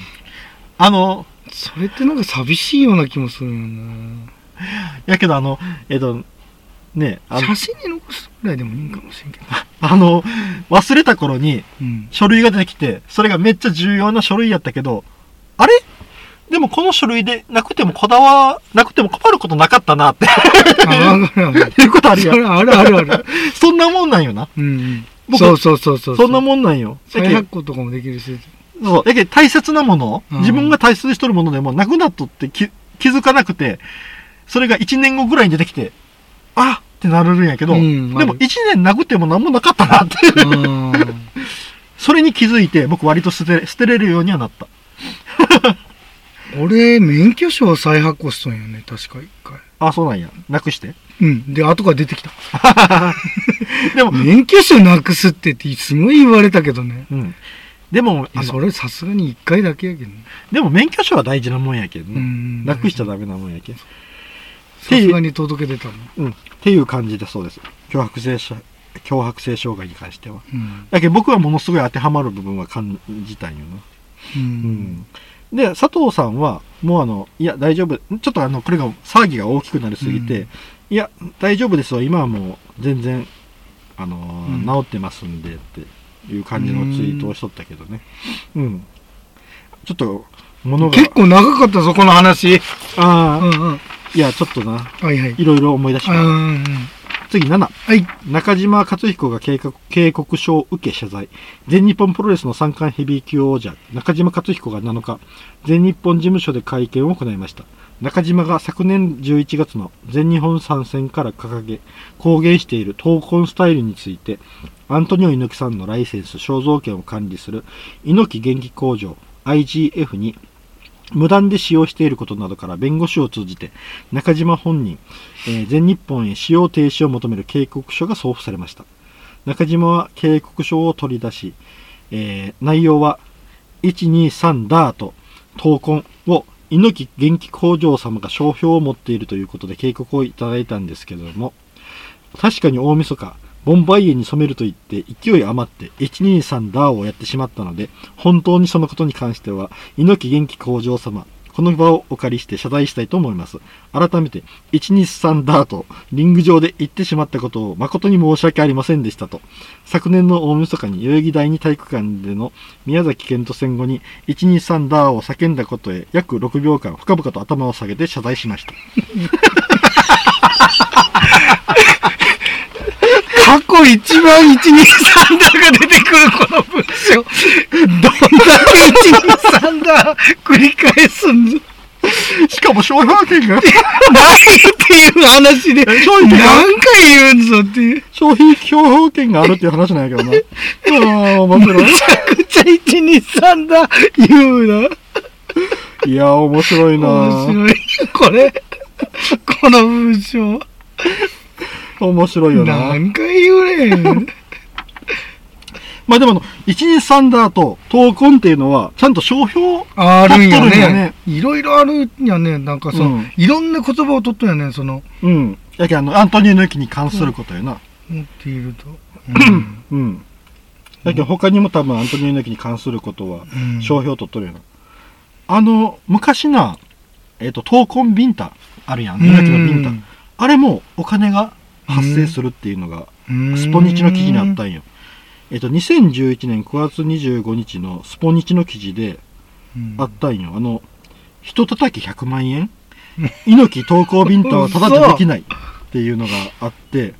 それってなんか寂しいような気もするよね。 やけどね、写真に残すぐらいでもいいかもしれんけど。 忘れた頃に書類が出てきて、それがめっちゃ重要な書類やったけど、あれでもこの書類でなくても困ることなかったなっていうことあるやん。 ある。 そんなもんなんよな。 そう。そんなもんなんよ。 再発行とかもできるし。 そう。だけど大切なもの、自分が大切にしとるものでもなくなっとって気づかなくて、それが1年後ぐらいに出てきて、あってなるんやけど、でも1年なくても何もなかったなってそれに気づいて僕割と捨てれるようにはなった。 俺免許証再発行しとんよね、確か一回。 あ、そうなんや。なくして。 で後から出てきた。でも免許証なくすってすごい言われたけどね。 でもそれさすがに1回だけやけどね。 でも免許証は大事なもんやけどね。なくしちゃダメなもんやけど。 さすがに届け出たもん。 っていう感じでそうです。強迫性障害に関しては。だけど僕はものすごい当てはまる部分は感じたんよな。で、佐藤さんは、もういや、大丈夫。ちょっとこれが、騒ぎが大きくなりすぎて、いや、大丈夫ですよ。今はもう、全然、治ってますんで、っていう感じのツイートをしとったけどね。ちょっと、 結構長かったぞ、この話。 いや、ちょっとな、いろいろ思い出した。次7、中島克彦が警告書を受け謝罪。全日本プロレスの三冠ヘビー級王者中島克彦が7日全日本事務所で会見を行いました。中島が昨年11月の全日本参戦から公言している闘魂スタイルについて、アントニオ猪木さんのライセンス肖像権を管理する猪木元気工場 IGF に無断で使用していることなどから弁護士を通じて中島本人、全日本へ使用停止を求める警告書が送付されました。中島は警告書を取り出し、内容は123ダート闘魂を猪木元気工場様が商標を持っているということで警告をいただいたんですけれども、確かに大晦日ボンバイエに染めると言って勢い余って123ダーをやってしまったので、本当にそのことに関しては猪木元気工場様、この場をお借りして謝罪したいと思います。改めて123ダーとリング上で言ってしまったことを誠に申し訳ありませんでしたと、昨年の大晦日に代々木第二体育館での宮崎健人戦後に123ダーを叫んだことへ約6秒間深々と頭を下げて謝罪しました。 過去一番123ダが出てくるこの文章。どんだけ123ダ繰り返すんだ。 しかも商標権がないっていう話で何回言うんぞっていう。 商標権があるっていう話なんやけどな。面白い。 めちゃくちゃ123ダ言うな。 いや面白いな。 面白い。この文章。 面白いよな。 何回言うねん。 まあでも123ダーと闘魂っていうのはちゃんと商標あるんやね。いろいろあるんやね。なんかいろんな言葉を取ったんやね。 やけアントニオ猪木に関することやな。 持っていると。 だけど他にも多分アントニオ猪木に関することは商標取っとるよな。昔な闘魂ビンタあるやん。猪木のビンタ。あれもお金が発生するっていうのがスポニチの記事にあったんよ。2011年9月25日のスポニチの記事であったんよ。人叩き100万円猪木闘魂ビンタはただでできないっていうのがあって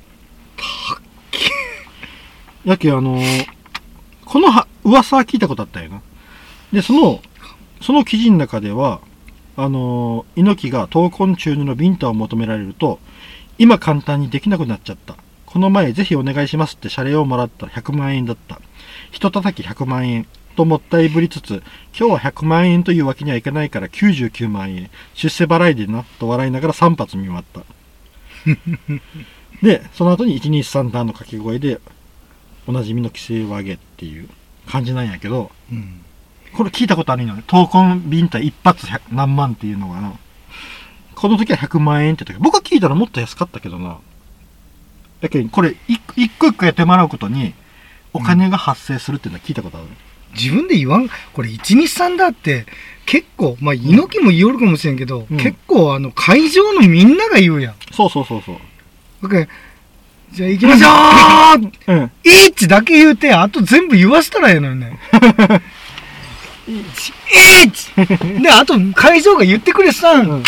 やけこの噂は聞いたことあったよな。でその記事の中では猪木が闘魂中のビンタを求められると今簡単にできなくなっちゃった。この前ぜひお願いしますって謝礼をもらったら100万円だった。人叩き100万円ともったいぶりつつ、今日は100万円というわけにはいかないから99万円。出世払いでな、と笑いながら3発見舞った。で、その後に123段の掛け声で、おなじみの規制を上げっていう感じなんやけど、これ聞いたことあるよね。闘魂ビンタ一発何万っていうのがな。この時は100万円って言ったけど、僕が聞いたらもっと安かったけどな。だけど、これ一個一個やってもらうことに、お金が発生するっていうのは聞いたことある。 自分で言わん、これ123だって結構、まあ猪木も言おるかもしれんけど、結構会場のみんなが言うやん。 そう。 じゃあ行きましょう、1だけ言うて、あと全部言わせたらええのよね。1! で、あと会場が言ってくれさん。もう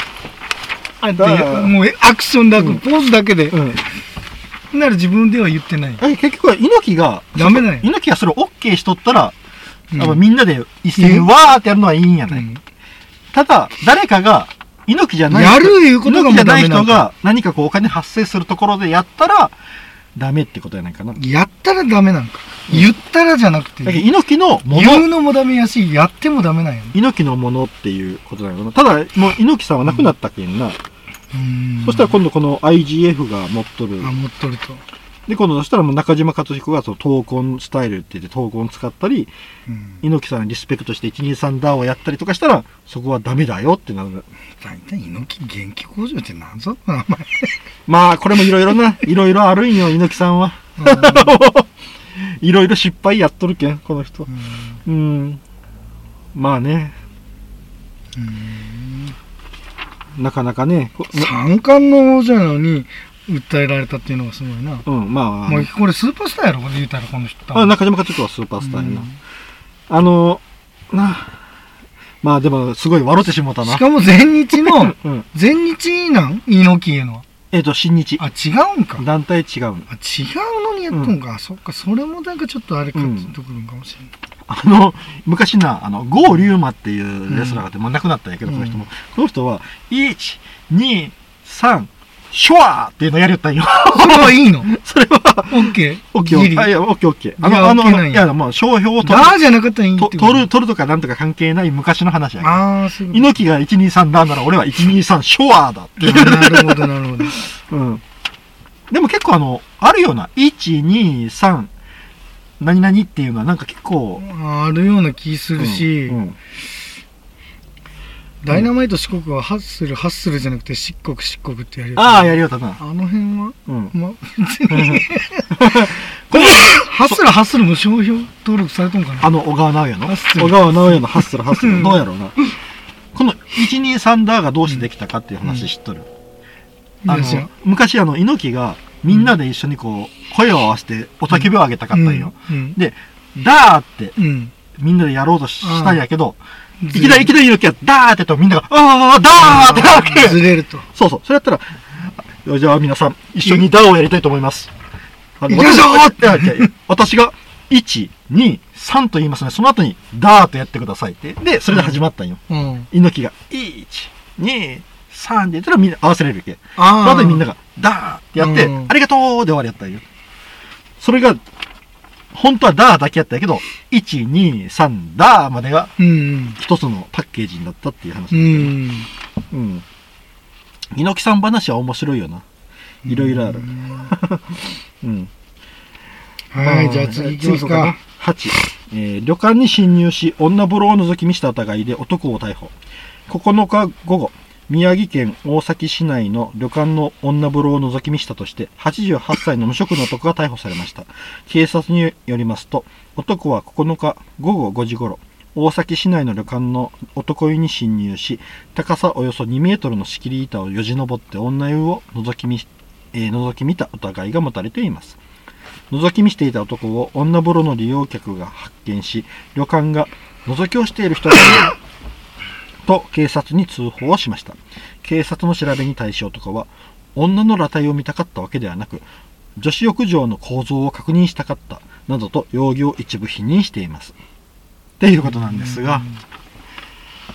アクションだけ、ポーズだけで。なら自分では言ってない。 結局は猪木が、 ダメだよ。 猪木がそれを OK しとったら、みんなで一斉にわーってやるのはいいんやね。ただ、誰かが、猪木じゃない人が何かこうお金発生するところでやったら、ダメってことやないかな。 やったらダメなんか。言ったらじゃなくて。 だけど猪木のもの。 言うのもダメやし、やってもダメなんやね。 猪木のものっていうことなのかな。ただ、もう猪木さんは亡くなったけんな。そしたら今度この IGF が持っとる。 持っとると。 で、今度そしたらもう中島克彦がその闘魂スタイルって言って闘魂使ったり、猪木さんにリスペクトして123ダーをやったりとかしたら、そこはダメだよってなる。 大体猪木元気工場って何ぞ名前。 まあ、これもいろいろあるんよ、猪木さんは。いろいろ失敗やっとるけん、この人。まあね。なかなかね。 三冠の王者なのに、訴えられたっていうのがすごいな。 まあ。 これスーパースターやろ、言うたらこの人。 中島克彦はスーパースターやな。まあでも、すごい笑ってしもたな。 しかも前日の、前日なん猪木への。 新日。 違うんか。 団体違う。 違うのにやっとんか。そっか、それもなんかちょっとあれかってとくるんかもしれない。 昔な、郷龍馬っていうレスラーがあって、もう亡くなったんやけど、この人も。この人は、1、2、3、シュワーっていうのやりよったんよ。 それはいいの？ それは、 オッケー。 オッケー。いや、オッケーオッケー。いや、もう、商標を取る。じゃなかったらいいって取るとかなんとか関係ない昔の話やから。そういうこと。 猪木が123だなら、俺は123シュワーだって。 なるほど、なるほど。 でも結構あるような、1、2、3、何々っていうのはなんか結構。 あるような気するし、ダイナマイト四国はハッスルじゃなくて漆黒ってやるよ。 やりよったな。 あの辺はまあ、別に。ハッスルも商標登録されとんかな。 小川直也の小川直也のハッスル。どうやろうな。この123ダーがどうしてできたかっていう話知っとる。昔猪木がみんなで一緒にこう、声を合わせておたけびを上げたかったんよ。で、ダーってみんなでやろうとしたんやけど、いきなり猪木がダーって言うとみんなが、ダーってなるわけ。 ずれると。 そう。それやったら、じゃあ皆さん一緒にダーをやりたいと思います。 行きましょうって私が1、2、3と言いますね。その後にダーとやってくださいって。で、それで始まったんよ。猪木が1、2、3って言ったらみんな合わせれるわけ。その後にみんながダーってやって、ありがとうで終わりやったんよ。それが、本当はダーだけやったんやけど、1、2、3、ダーまでが一つのパッケージになったっていう話。猪木さん話は面白いよな。いろいろある。 はい、じゃあ次行きますか。 8、旅館に侵入し、女風呂を覗き見した疑いで男を逮捕。9日午後、宮城県大崎市内の旅館の女風呂を覗き見したとして、88歳の無職の男が逮捕されました。警察によりますと、男は9日午後5時頃、大崎市内の旅館の男湯に侵入し、高さおよそ2メートルの仕切り板をよじ登って女湯を覗き見た疑いが持たれています。覗き見していた男を女風呂の利用客が発見し、旅館が覗きをしている人がいると警察に通報をしました。警察の調べに対し男は、女の裸体を見たかったわけではなく、女子浴場の構造を確認したかったなどと容疑を一部否認しています。っていうことなんです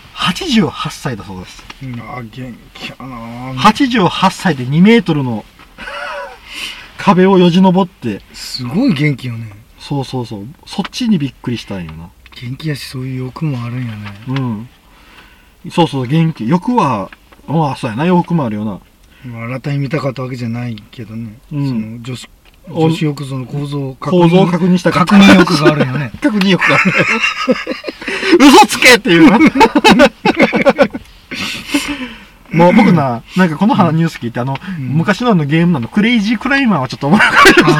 が、88歳だそうです。 元気やな。 88歳で2メートルの壁をよじ登って。 すごい元気よね。 そうそうそう。そっちにびっくりしたんよな。 元気やし、そういう欲もあるんやね。 うん。そうそう、元気。欲は、まあ、そうやな、欲もあるよな。 新たに見たかったわけじゃないけどね。 うん。 その女子欲その構造を確認した確認欲があるよね。 確認欲がある。嘘つけっていうな。もう僕なんかこのニュース聞いて、昔のゲームクレイジークライマーはちょっと思い浮かべま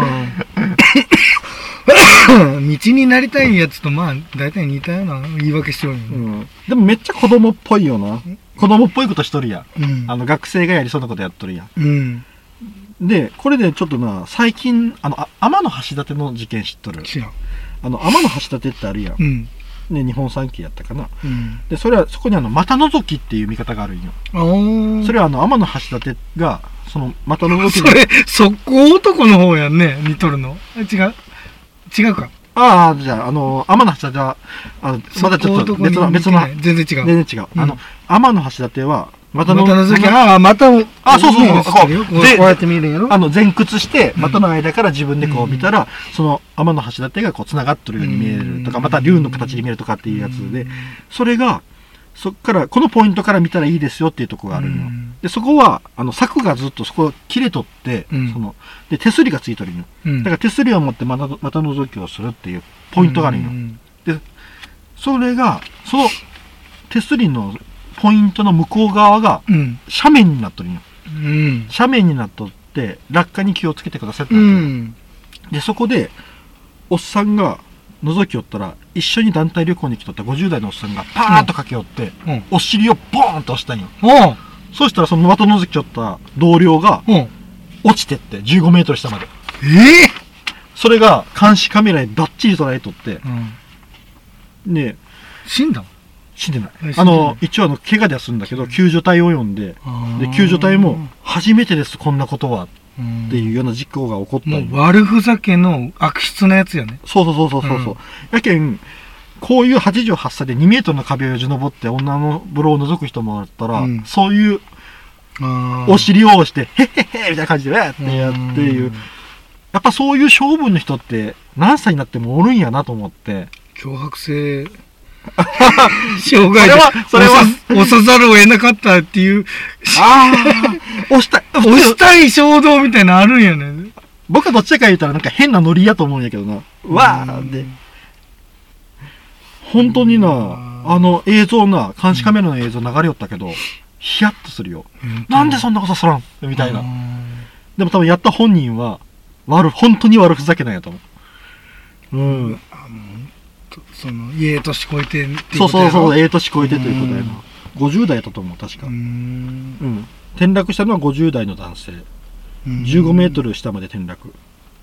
した。道になりたいやつとまあ大体似たような言い訳してるよね。 でもめっちゃ子供っぽいよな。子供っぽいことしとるやん。学生がやりそうなことやっとるやん。で、これでちょっと最近、天の橋立の事件知っとる。 知らん。 天の橋立ってあるやん。ね、日本三景やったかな。で、そこに股覗きっていう見方があるんよ。それは天の橋立が、その股覗きで。 そこ男の方やんね、似とるの。違うか。 ああ、じゃあ、天の橋立は、まだちょっと別の。 全然違う。 全然違う。天の橋立は、 股覗き、股を。 そうそうそう。 こうやって見るんやろ。 前屈して、股の間から自分でこう見たら、その天の橋立がこう繋がっとるように見えるとか、また竜の形で見えるとかっていうやつで、それが、そっから、このポイントから見たらいいですよっていうところがあるんよ。で、そこは、柵がずっとそこ切れとって、で、手すりがついとるんよ。だから手すりを持って股覗きをするっていうポイントがあるんよ。で、それが、その手すりのポイントの向こう側が、斜面になっとるんよ。斜面になっとって、落下に気をつけてくださいってなってる。で、そこで、おっさんが覗きよったら、一緒に団体旅行に来とった50代のおっさんがパーンと駆け寄って、お尻をボーンと押したんよ。そうしたらその的覗きよった同僚が、落ちてって15メートル下まで。それが監視カメラにバッチリ捉えとって、ね、 死んだ死んでない。一応怪我ではするんだけど、救助隊を呼んで、救助隊も初めてです、こんなことは。っていうような事故が起こったもう悪ふざけの悪質なやつやね。 そう。やけん、こういう88歳で2メートルの壁をよじ登って女の風呂を覗く人もあったら、そういう、お尻を押して、へっへっへみたいな感じで、ってやっていう。やっぱそういう性分の人って何歳になってもおるんやなと思って。 脅迫性。障害でそれは押さざるを得なかったっていう押したい衝動みたいなのあるんやね。 僕はどっちか言うたらなんか変なノリやと思うんやけどな。わーで本当にな、映像な、監視カメラの映像流れよったけど、ヒヤッとするよ。なんでそんなことすらんみたいな。でも多分やった本人は本当に悪ふざけなんやと思う。 そのええ年越えてっていうことやろ。そうええ年越えてということやな。50代やったと思う確か。転落したのは50代の男性。15メートル下まで転落。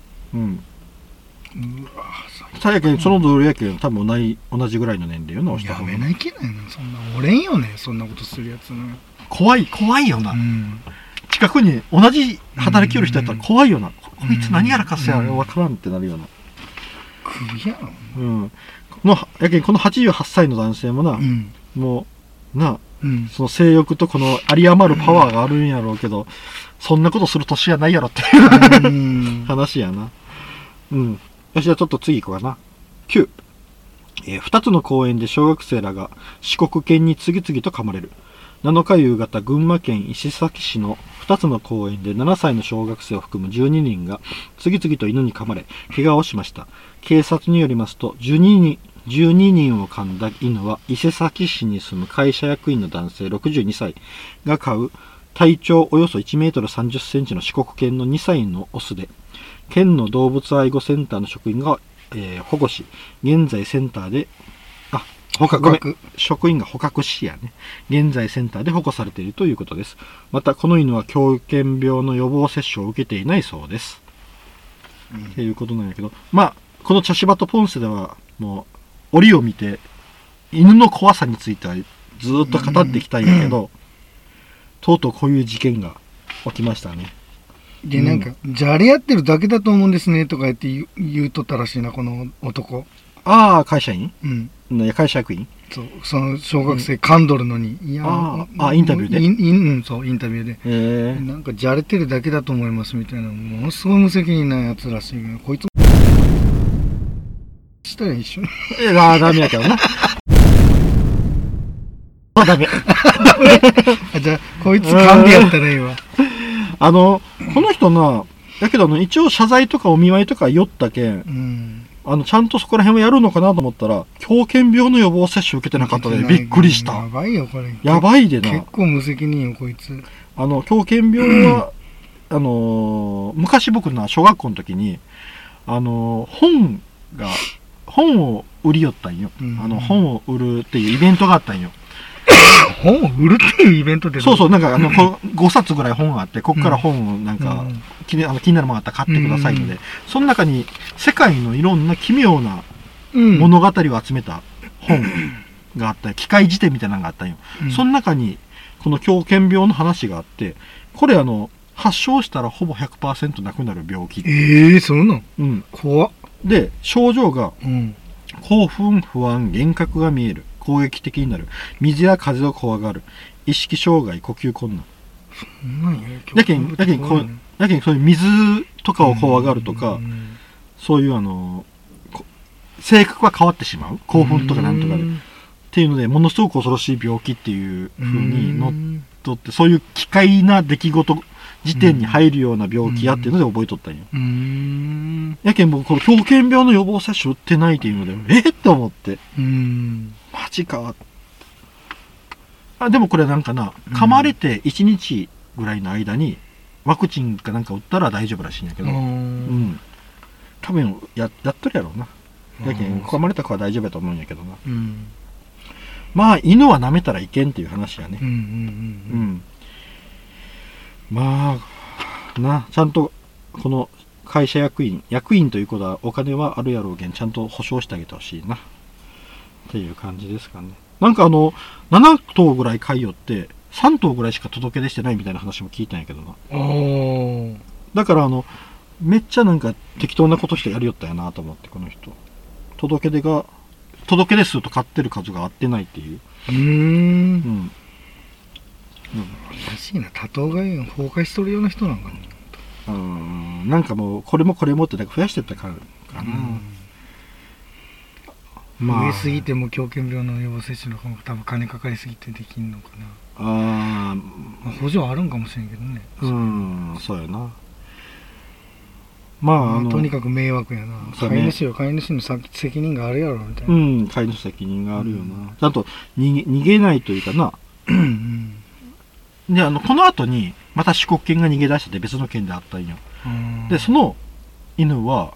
たやけんその同僚やけん多分同じぐらいの年齢よな。 やめないけないの。そんなおれんよね。そんなことするやつね。 怖いよな。近くに同じ働きよる人やったら怖いよな。こいつ何やらかすやわからんってなるような。 首やろ。 やけんこの88歳の男性もな、もうな、その性欲とこの有り余るパワーがあるんやろうけど、そんなことする年やないやろっていう話やな。よし、じゃあちょっと次行こうかな。9、2つの公園で小学生らが四国犬に次々と噛まれる。7日夕方、群馬県伊勢崎市の2つの公園で7歳の小学生を含む12人が次々と犬に噛まれ、怪我をしました。警察によりますと、12人を噛んだ犬は伊勢崎市に住む会社役員の男性62歳が飼う体長およそ1メートル30センチの四国犬の2歳のオスで、県の動物愛護センターの職員が、保護し、現在センターで、職員が捕獲しやね。現在センターで保護されているということです。また、この犬は狂犬病の予防接種を受けていないそうです。っていうことなんやけど、この茶芝とポンセでは、もう、折を見て、犬の怖さについてはずっと語ってきたんやけど、とうとうこういう事件が起きましたね。 で、なんか、じゃれ合ってるだけだと思うんですね、とか言って言うとったらしいな、この男。 会社員？会社役員？ その小学生噛んどるのに、いやインタビューでそうインタビューで、なんかじゃれてるだけだと思いますみたいな、ものすごい無責任なやつらしいけど、こいつしたら一緒にダメやけどなダメじゃあこいつ噛んでやったらいいわこの人な、だけど一応謝罪とかお見舞いとか酔ったけん、ちゃんとそこら辺はやるのかなと思ったら、狂犬病の予防接種受けてなかったで、びっくりした。 やばいよ、これ。 やばいでな。 結構無責任よ、こいつ。 狂犬病は、昔僕な、小学校の時に、本を売りよったんよ。本を売るっていうイベントがあったんよ。 本を売るっていうイベントってそうそう、なんか5冊ぐらい本があって、ここから本をなんか、気になるものがあったら買ってくださいので、その中に世界のいろんな奇妙な物語を集めた本があった、機械辞典みたいなのがあったんよ。その中に、この狂犬病の話があって、これ発症したらほぼ 100% なくなる病気。 そうなの？怖っ。 で、症状が、興奮、不安、幻覚が見える。攻撃的になる。水や風を怖がる。意識障害、呼吸困難。だけんそういう水とかを怖がるとか、そういう性格が変わってしまう。興奮とかなんとかで。っていうので、ものすごく恐ろしい病気っていう風にのっとって、そういう奇怪な出来事時点に入るような病気やっていうので覚えとったんよ。やけん僕、この狂犬病の予防接種打ってないっていうので、って思って。マジか。でもこれなんかな、噛まれて1日ぐらいの間にワクチンかなんか打ったら大丈夫らしいんやけど、多分やっとるやろうな。やけん噛まれた子は大丈夫やと思うんやけどな。まあ犬は舐めたらいけんっていう話やね。まあな、ちゃんとこの会社役員ということはお金はあるやろうけん、ちゃんと保証してあげてほしいなっていう感じですかね。なんか7頭ぐらい飼いよって3頭ぐらいしか届け出してないみたいな話も聞いたんやけどな。だからめっちゃなんか適当なことしてやりよったやなと思って、この人届け出数と飼ってる数が合ってないっていう。 らしいな、多頭飼いが崩壊しとるような人なんかな。 なんかもうこれもってなんか増やしてったからかな。 増えすぎても狂犬病の予防接種の方が多分金かかりすぎてできんのかな。補助あるんかもしれんけどね。 そうやな。 とにかく迷惑やな。飼い主の責任があるやろみたいな。 飼い主責任があるよな。ちゃんと逃げないというかな。でこの後にまた四国犬が逃げ出してて別の犬であったんよ。でその犬は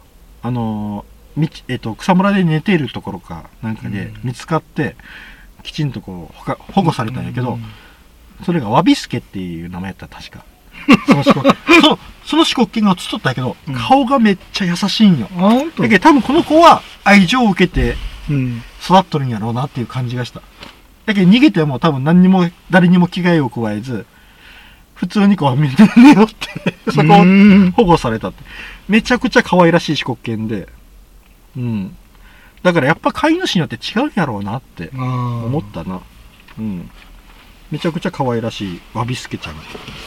草むらで寝ているところかなんかで見つかってきちんとこう保護されたんやけど、それがワビスケっていう名前やったら確かその四国犬が映っとったんやけど、顔がめっちゃ優しいんよ。だけど多分この子は愛情を受けて育っとるんやろうなっていう感じがした。だけど逃げても多分誰にも危害を加えず普通にこう寝よってそこを保護されたって、めちゃくちゃ可愛らしい四国犬で、だからやっぱ飼い主によって違うんやろうなって思ったな。めちゃくちゃ可愛らしいワビスケちゃん。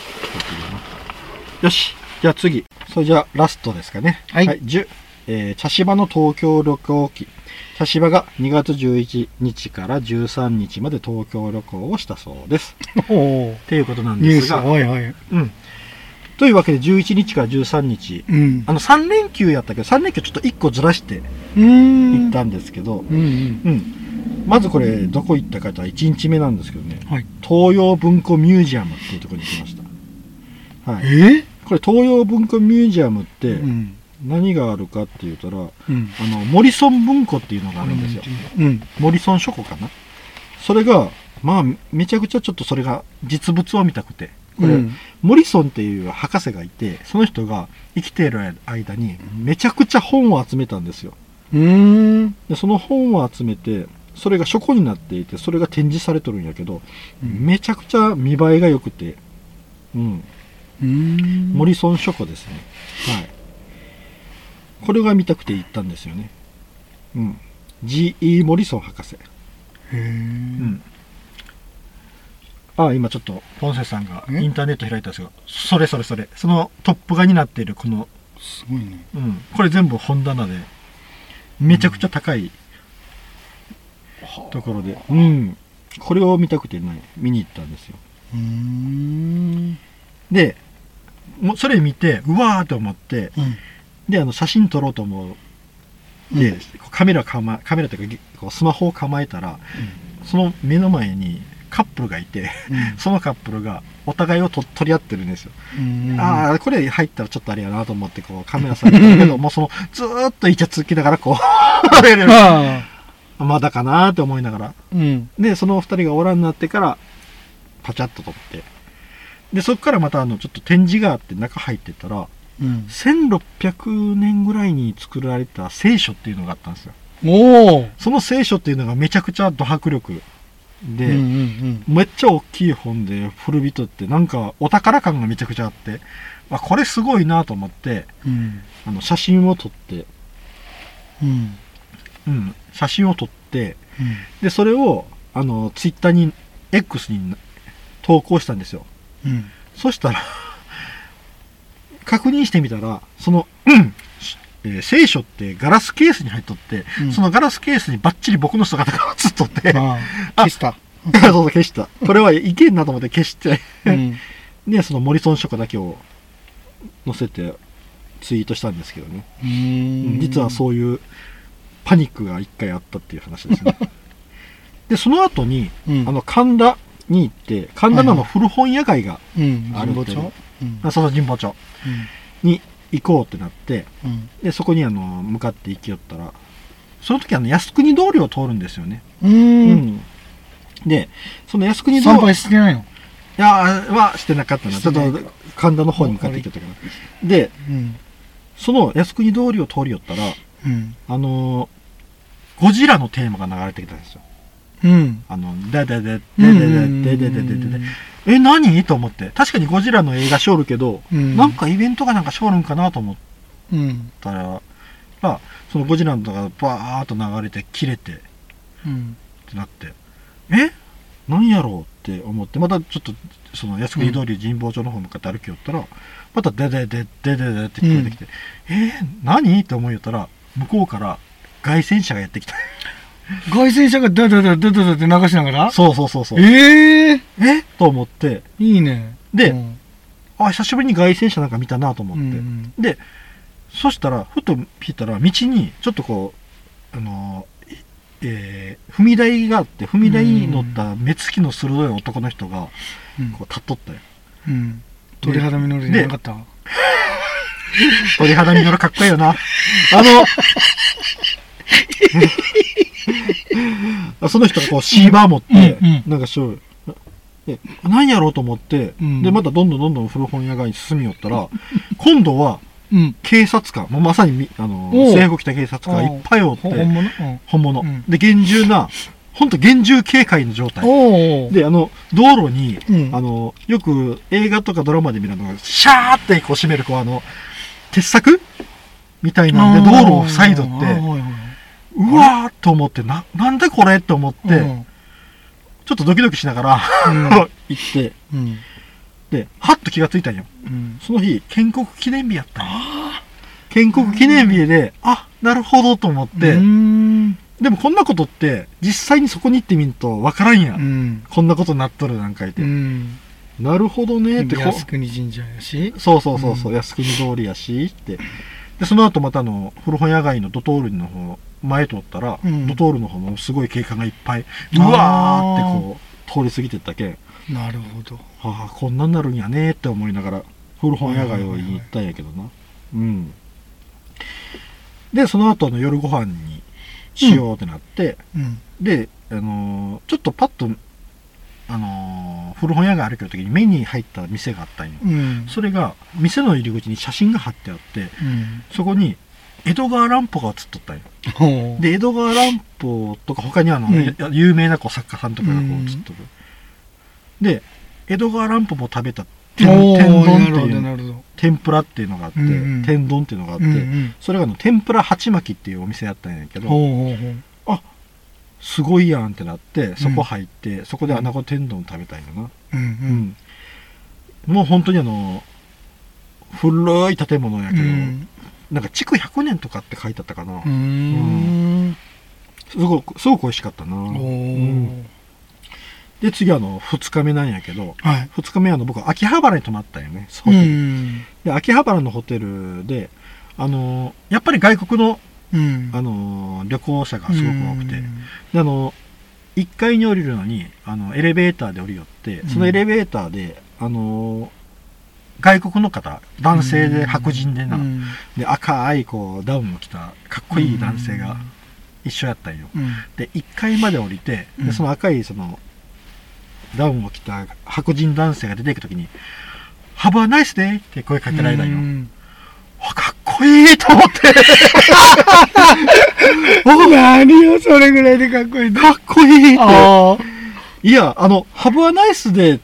よし、じゃあ次。それじゃあラストですかね。10、茶芝の東京旅行記。茶芝が2月11日から13日まで東京旅行をしたそうです。っていうことなんですが。というわけで11日から13日、3連休やったけど、3連休ちょっと1個ずらして行ったんですけど、まずこれどこ行ったかとは1日目なんですけどね、東洋文庫ミュージアムっていうところに行きました。これ東洋文庫ミュージアムって、何があるかって言ったら、モリソン文庫っていうのがあるんですよ。モリソン書庫かな。それがまあめちゃくちゃちょっとそれが実物を見たくて、これ、モリソンっていう博士がいて、その人が生きている間にめちゃくちゃ本を集めたんですよ。でその本を集めて、それが書庫になっていて、それが展示されとるんやけど、めちゃくちゃ見栄えが良くて、モリソン書庫ですね。これが見たくて行ったんですよね。G.E. モリソン博士。 へえ。 今ちょっとポンセさんがインターネット開いたんですが、それそのトップ画になっているこの、 すごいね。 これ全部本棚でめちゃくちゃ高いところで、これを見たくてね、見に行ったんですよ。で、それ見てうわーって思って、で写真撮ろうと思う。で、カメラというかこうスマホを構えたら、その目の前にカップルがいて、そのカップルがお互いを取り合ってるんですよ。これ入ったらちょっとあれやなと思ってこうカメラされたけど、もうずーっとイチャつきながらこうまだかなーって思いながら、でその二人がおらんなってからパチャッと撮って、でそこからまたちょっと展示があって中入ってったら、1600年ぐらいに作られた聖書っていうのがあったんですよ。その聖書っていうのがめちゃくちゃド迫力で、めっちゃ大きい本で古びとってなんかお宝感がめちゃくちゃあって、これすごいなと思って、写真を撮って、写真を撮って、でそれをツイッターに X に投稿したんですよ。そしたら確認してみたらその、聖書ってガラスケースに入っとって、そのガラスケースにバッチリ僕の姿が映っとって、 消した。 そう消した。これはいけんなと思って消して、でそのモリソン書家だけを載せてツイートしたんですけどね。実はそういうパニックが一回あったっていう話ですね。でその後に、神田に行って、神田の古本屋街があるんで、その神保町に行こうってなって、でそこに向かって行きよったら、その時靖国通りを通るんですよね。でその靖国通り参拝してないの？ いやはしてなかったな。ちょっと神田の方に向かって行きよったから。で、その靖国通りを通りよったら、ゴジラのテーマが流れてきたんですよ。何と思って、確かにゴジラの映画しょるけど、なんかイベントがなんかしょるんかなと思ったら、そのゴジラのとかバーっと流れて切れて、ってなって、何やろうって思って、またちょっとその靖国通り神保町の方向かって歩きよったら、またデデデデデデって聞こえてきて、何って思いよったら、向こうから凱旋車がやってきた。 凱旋車がダダダダダダって流しながら？ そう。と思って。 いいね。 で、久しぶりに凱旋車なんか見たなと思って。で、そしたら、ふと見たら、道に、ちょっとこう、踏み台があって、踏み台に乗った目つきの鋭い男の人が、こう立っとったよ。 鳥肌実るじゃなかった？ 鳥肌実るかっこいいよな。その人がこうシーバー持って、なんか何やろうと思って、でまたどんどん古本屋街に進みよったら、今度は警察官、まさに制服着た警察官がいっぱいおって、本物で厳重な、ほんと厳重警戒の状態で、道路によく映画とかドラマで見るのがシャーってこう閉める鉄柵みたいなんで道路を塞いどって、うわーと思って、なんでこれって思って、ちょっとドキドキしながら行って、で、はっと気がついたんよ。その日、建国記念日やったんよ。建国記念日で、なるほどと思って、でもこんなことって、実際にそこに行ってみるとわからんや。こんなことになっとるなんかいて。なるほどねって。 靖国神社やし。 そう、靖国通りやし、って。で、その後また古本屋街のドトールの方、前通ったら、ドトールの方もすごい警官がいっぱい、うわーってこう、通り過ぎてったけん。 なるほど。 こんなんなるんやねって思いながら、古本屋街を言ったんやけどな。で、その後夜ご飯にしようってなって、で、ちょっとパッと、古本屋街歩ける時に目に入った店があったんよ。それが、店の入り口に写真が貼ってあって、そこに、江戸川乱歩が写っとったんよ。で、江戸川乱歩とか他に有名な作家さんとかがこう写っとる。で、江戸川乱歩も食べた天丼っていう、天ぷらっていうのがあって、天丼っていうのがあって、それが天ぷら鉢巻きっていうお店やったんやけど、 すごいやんってなって、そこ入って、そこで穴子天丼食べたいよな。もう本当に古い建物やけど、なんか築100年とかって書いてあったかな。すごく美味しかったな。で、次2日目なんやけど、2日目僕は秋葉原に泊まったよね、ホテル。で、秋葉原のホテルで、やっぱり外国の、旅行者がすごく多くて、で、1階に降りるのに、エレベーターで降りよって、そのエレベーターで、外国の方、男性で白人でな、で、赤いダウンを着たかっこいい男性が一緒やったんよ。で、1階まで降りて、で、その赤いダウンを着た白人男性が出ていくときに、Have a nice day って声かけられたんよ。かっこいいと思って。 何よ、それぐらいでかっこいい。 かっこいいって。いや、Have a nice day って、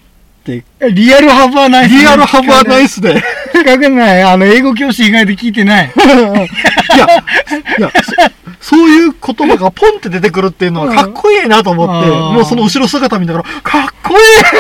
リアルハブアナイス。 リアルハブアナイスで。 書けない。英語教師以外で聞いてない。 いや、そういう言葉がポンって出てくるっていうのはかっこいいなと思って、もうその後ろ姿見ながら、かっこい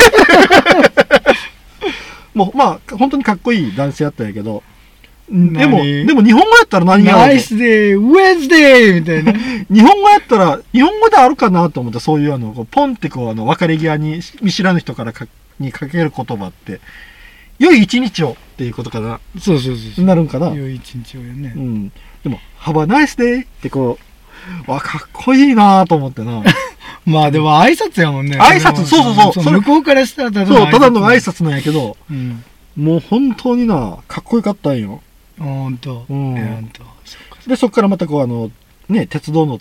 いもう、まあ、本当にかっこいい男性やったんやけど、でも日本語やったら何やろう。 ナイスデー、ウェンズデーみたいな。 日本語やったら、日本語であるかなと思って、そういうポンって別れ際に見知らぬ人からにかける言葉って、良い一日をっていうことかな。 そう。 なるんかな。 良い一日をよね。 でも、Have a nice day ってかっこいいなと思ってな。 まあでも挨拶やもんね。 挨拶、そう。 向こうからしたらただの挨拶なんやけど、もう本当にかっこよかったんよ。 ほんと。 で、そこからまた鉄道乗って、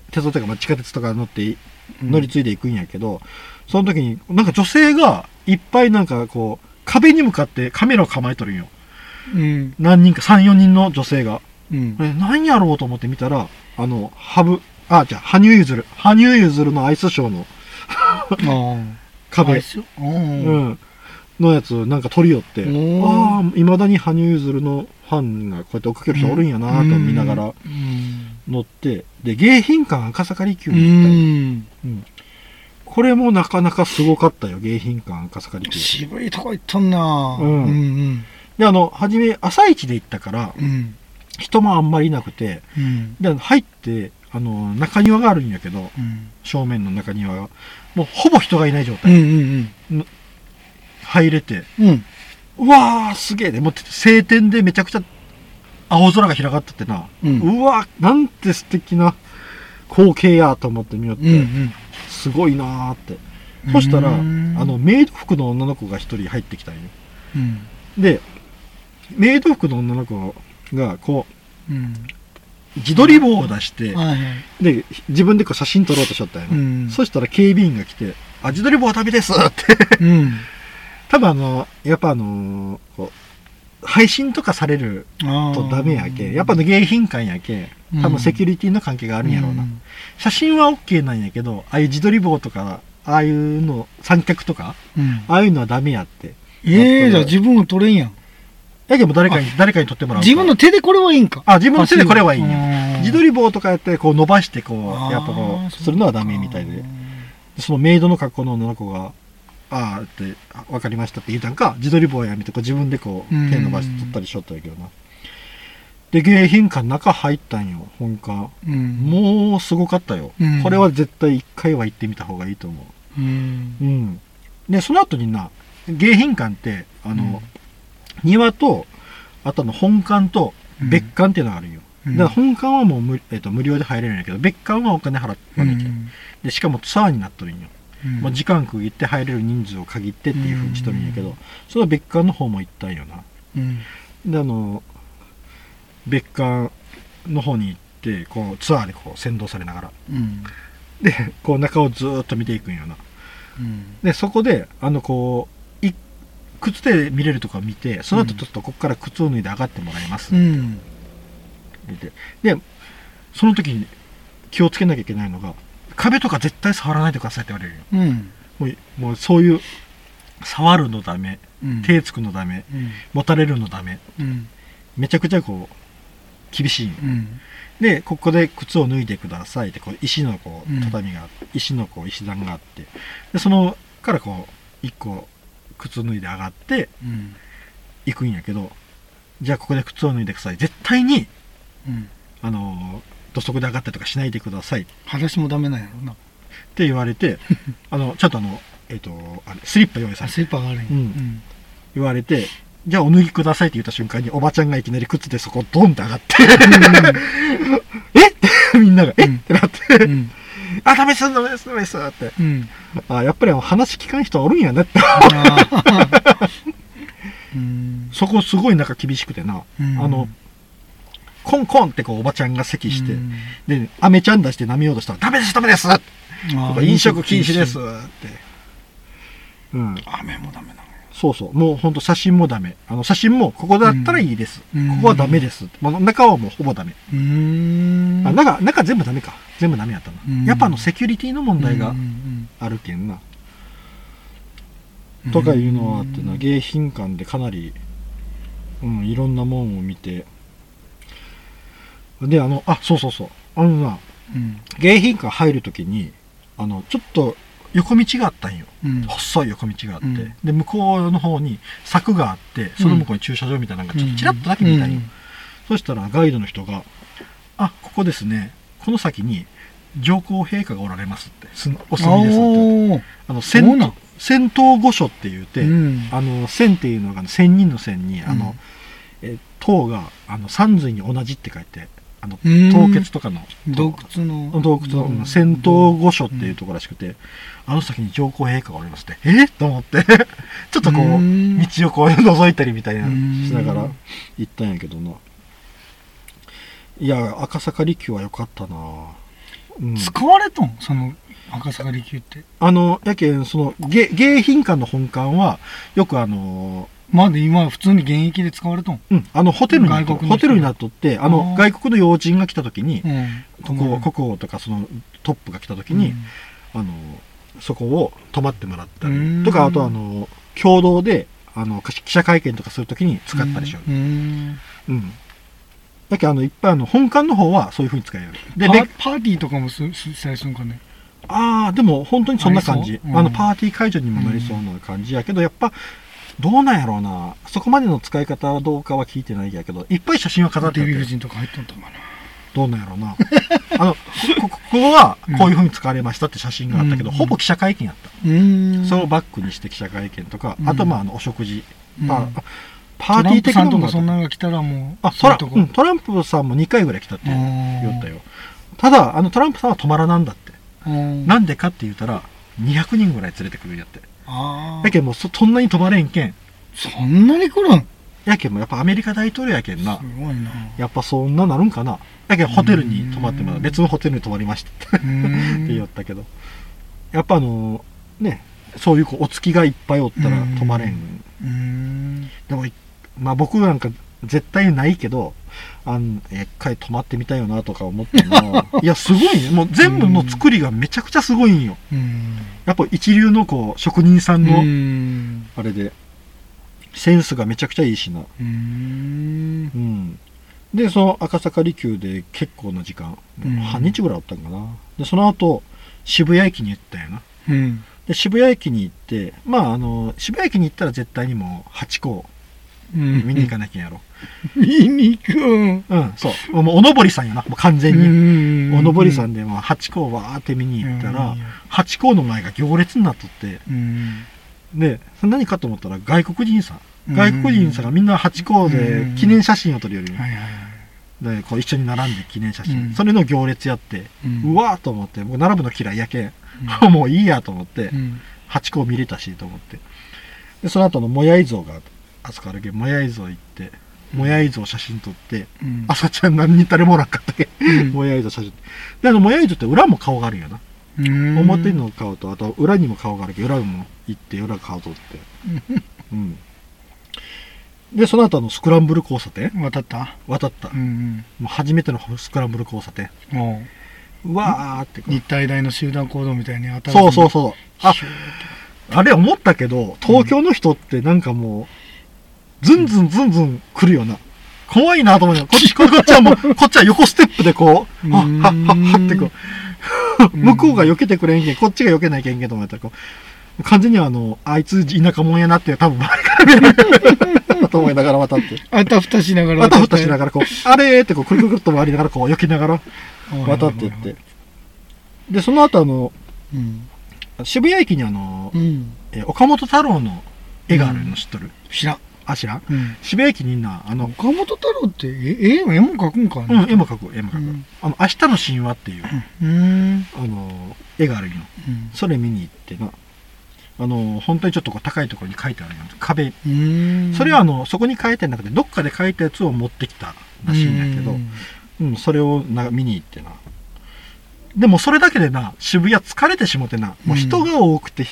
鉄道というか地下鉄とか乗り継いでいくんやけど、その時になんか女性がいっぱい壁に向かってカメラを構えとるんよ。何人か、3、4人の女性が。何やろうと思って見たら、羽生結弦のアイスショーの壁のやつなんか撮り寄って、いまだに羽生結弦のファンがこうやって追っかける人おるんやなと見ながら乗って、で、迎賓館赤坂離宮に行ったよ。これもなかなかすごかったよ、迎賓館赤坂離宮。 渋いとこ行っとんな。 で、初め朝一で行ったから、人もあんまりいなくて、で、入って、中庭があるんやけど、正面の中庭が、もうほぼ人がいない状態。入れて、うわー、すげえね。もう晴天でめちゃくちゃ青空が広がっててな、うわー、なんて素敵な光景やと思って見よって、すごいなーって。そしたら、メイド服の女の子が一人入ってきたんよ。で、メイド服の女の子が自撮り棒を出して、で、自分で写真撮ろうとしちゃったよ。そしたら警備員が来て、自撮り棒はダメですって。多分やっぱ配信とかされるとダメやけ。やっぱ迎賓館やけ。多分セキュリティの関係があるんやろうな。写真は OK なんやけど、ああいう自撮り棒とか、ああいうの、三脚とか、ああいうのはダメやって。 じゃあ自分も撮れんやん。 やけど誰かに撮ってもらう。 自分の手でこれはいいんか。 自分の手でこれはいいんや。自撮り棒とかやって伸ばしてやっぱするのはダメみたいで。そのメイドの格好の女の子が、って分かりましたって言うたんか、自撮り棒やめて自分で手伸ばして撮ったりしよったんやけどな。で、迎賓館中入ったんよ、本館。もうすごかったよ。これは絶対一回は行ってみた方がいいと思う。で、その後に迎賓館って、庭と、あと本館と別館っていうのがあるんよ。だから本館はもう無料で入れるんやけど、別館はお金払ってなきゃ。で、しかもツアーになっとるんよ。時間区切って入れる人数を限ってっていうふうにしとるんやけど、その別館の方も行ったんよな。で、別館の方に行って、ツアーで先導されながら。で、中をずーっと見ていくんよな。で、そこで、靴で見れるとこ見て、その後ちょっとここから靴を脱いで上がってもらいます。で、その時に気をつけなきゃいけないのが、壁とか絶対触らないでくださいって言われるよ。もうそういう、触るのダメ、手つくのダメ、持たれるのダメ。めちゃくちゃ厳しい。 でここで靴を脱いでくださいってこう石のこう畳があって、石のこう石段があって、でそのからこう1個靴脱いで上がって行くんやけど、じゃあここで靴を脱いでください、絶対に、土足で上がったりとかしないでください、 裸足もダメなんやろなって言われてちゃんとスリッパ用意されて、 スリッパがあるんや、 言われて、じゃあお脱ぎくださいって言った瞬間におばちゃんがいきなり靴でそこドンって上がってえってみんながえってなってあ、ダメですダメですダメですって、あ、やっぱり話聞かん人おるんやねってそこすごいなんか厳しくてな、コンコンってこうおばちゃんが咳して、でアメちゃん出して舐めようとしたらダメですダメですって、飲食禁止ですって、 アメもダメなの。 そうそう、もうほんと写真もダメ、写真もここだったらいいです、ここはダメです、中はもうほぼダメ、中全部ダメか、全部ダメやったな、やっぱセキュリティの問題があるけんな、とかいうのはあってな、迎賓館でかなり、いろんなもんを見て、でそうそうそう、迎賓館入るときにちょっと横道があったんよ、細い横道があって、で向こうの方に柵があって、その向こうに駐車場みたいなのがちょっとちらっとだけ見たんよ、そしたらガイドの人が「ここですね、この先に上皇陛下がおられます」って「お住みです」って仙洞御所って言うて、仙っていうのが仙人の仙に塔が三髄に同じって書いて、凍結とかの洞窟の仙洞御所っていうところらしくて、先に上皇陛下がおりますってと思ってちょっとこう道をこう覗いたりみたいなしながら行ったんやけどな。いや、赤坂離宮は良かったな、 使われとんその赤坂離宮って。 やけんその迎賓館の本館はよくまだ今普通に現役で使われとん。 ホテルになっとって、外国の要人が来た時に、国王とかそのトップが来た時に、そこを泊まってもらったりとか、あと共同で記者会見とかする時に使ったりしよう。だけどいっぱい本館の方はそういうふうに使える。 でパーティーとかもしたりするんかね。 でも本当にそんな感じ。パーティー会場にもなりそうな感じやけど、やっぱどうなんやろうな、そこまでの使い方はどうかは聞いてないやけど、いっぱい写真は飾ってあって、 デヴィ夫人とか入っとんたかな、 どうなんやろうなここはこういうふうに使われましたって写真があったけど、ほぼ記者会見やった。それをバックにして記者会見とか、あとお食事、パーティー的なものが、 そんなのが来たらもうトランプさんも2回ぐらい来たって言ったよ。ただトランプさんは止まらなんだって。なんでかって言ったら200人ぐらい連れてくるんやって。やけんもうそんなに止まれんけん。 そんなに来るんやけんもやっぱアメリカ大統領やけんな。 すごいな。 やっぱそんななるんかな。やけんホテルに泊まってもらう、別のホテルに泊まりましたって言ったけど、やっぱそういうお付きがいっぱいおったら泊まれん。でも僕なんか絶対ないけど、一回泊まってみたいよなとか思ったな。いやすごいね、もう全部の作りがめちゃくちゃすごいんよ。やっぱ一流の職人さんのあれでセンスがめちゃくちゃいいしな。でその赤坂離宮で結構な時間、半日ぐらいおったんかな。でその後渋谷駅に行ったよな。で渋谷駅に行って、渋谷駅に行ったら絶対にもうハチ公見に行かなきゃやろ。 見に行く。 そう。もうおのぼりさんやな。もう完全に。おのぼりさんでハチ公わーって見に行ったら、ハチ公の前が行列になっとって、で、何かと思ったら外国人さんがみんなハチ公で記念写真を撮るより、で一緒に並んで記念写真。それの行列やって、うわーと思って、僕並ぶの嫌いやけん、もういいやと思って、ハチ公見れたしと思って。で、その後のもやい像があそこあるけど、もやい像行って、もやい像写真撮って、朝ちゃん何人誰もおらんかったけもやい像写真で、もやい像って裏も顔があるんやな。表の顔とあと裏にも顔があるけど、裏も行って裏顔撮ってでその後スクランブル交差点渡った、もう初めてのスクランブル交差点、うわーって日体大の集団行動みたいにそうあれ思ったけど、東京の人ってなんかもうズンズン来るよな。 怖いなと思うよ。こっちはもう、こっちは横ステップでこう、はってこう、向こうが避けてくれんけん、こっちが避けないけんけんと思ったら、こう、完全にあいつ田舎もんやなって多分周りから見られると思いながら渡って。 あたふたしながら渡って。あたふたしながらこう、あれーってこう、くるくるっと回りながらこう、避けながら渡っていって。で、その後渋谷駅に岡本太郎の絵があるの知っとる？ 知らん。 あ、知らん？渋谷駅に岡本太郎って絵も描くんかな？絵も描く。明日の神話っていう、絵があるよ。それ見に行ってな。本当にちょっとこう高いところに書いてあるよ。壁。それはそこに書いてなくて、どっかで書いたやつを持ってきたらしいんだけど、それを見に行ってな。でもそれだけでな、渋谷疲れてしもてな。もう人が多くて。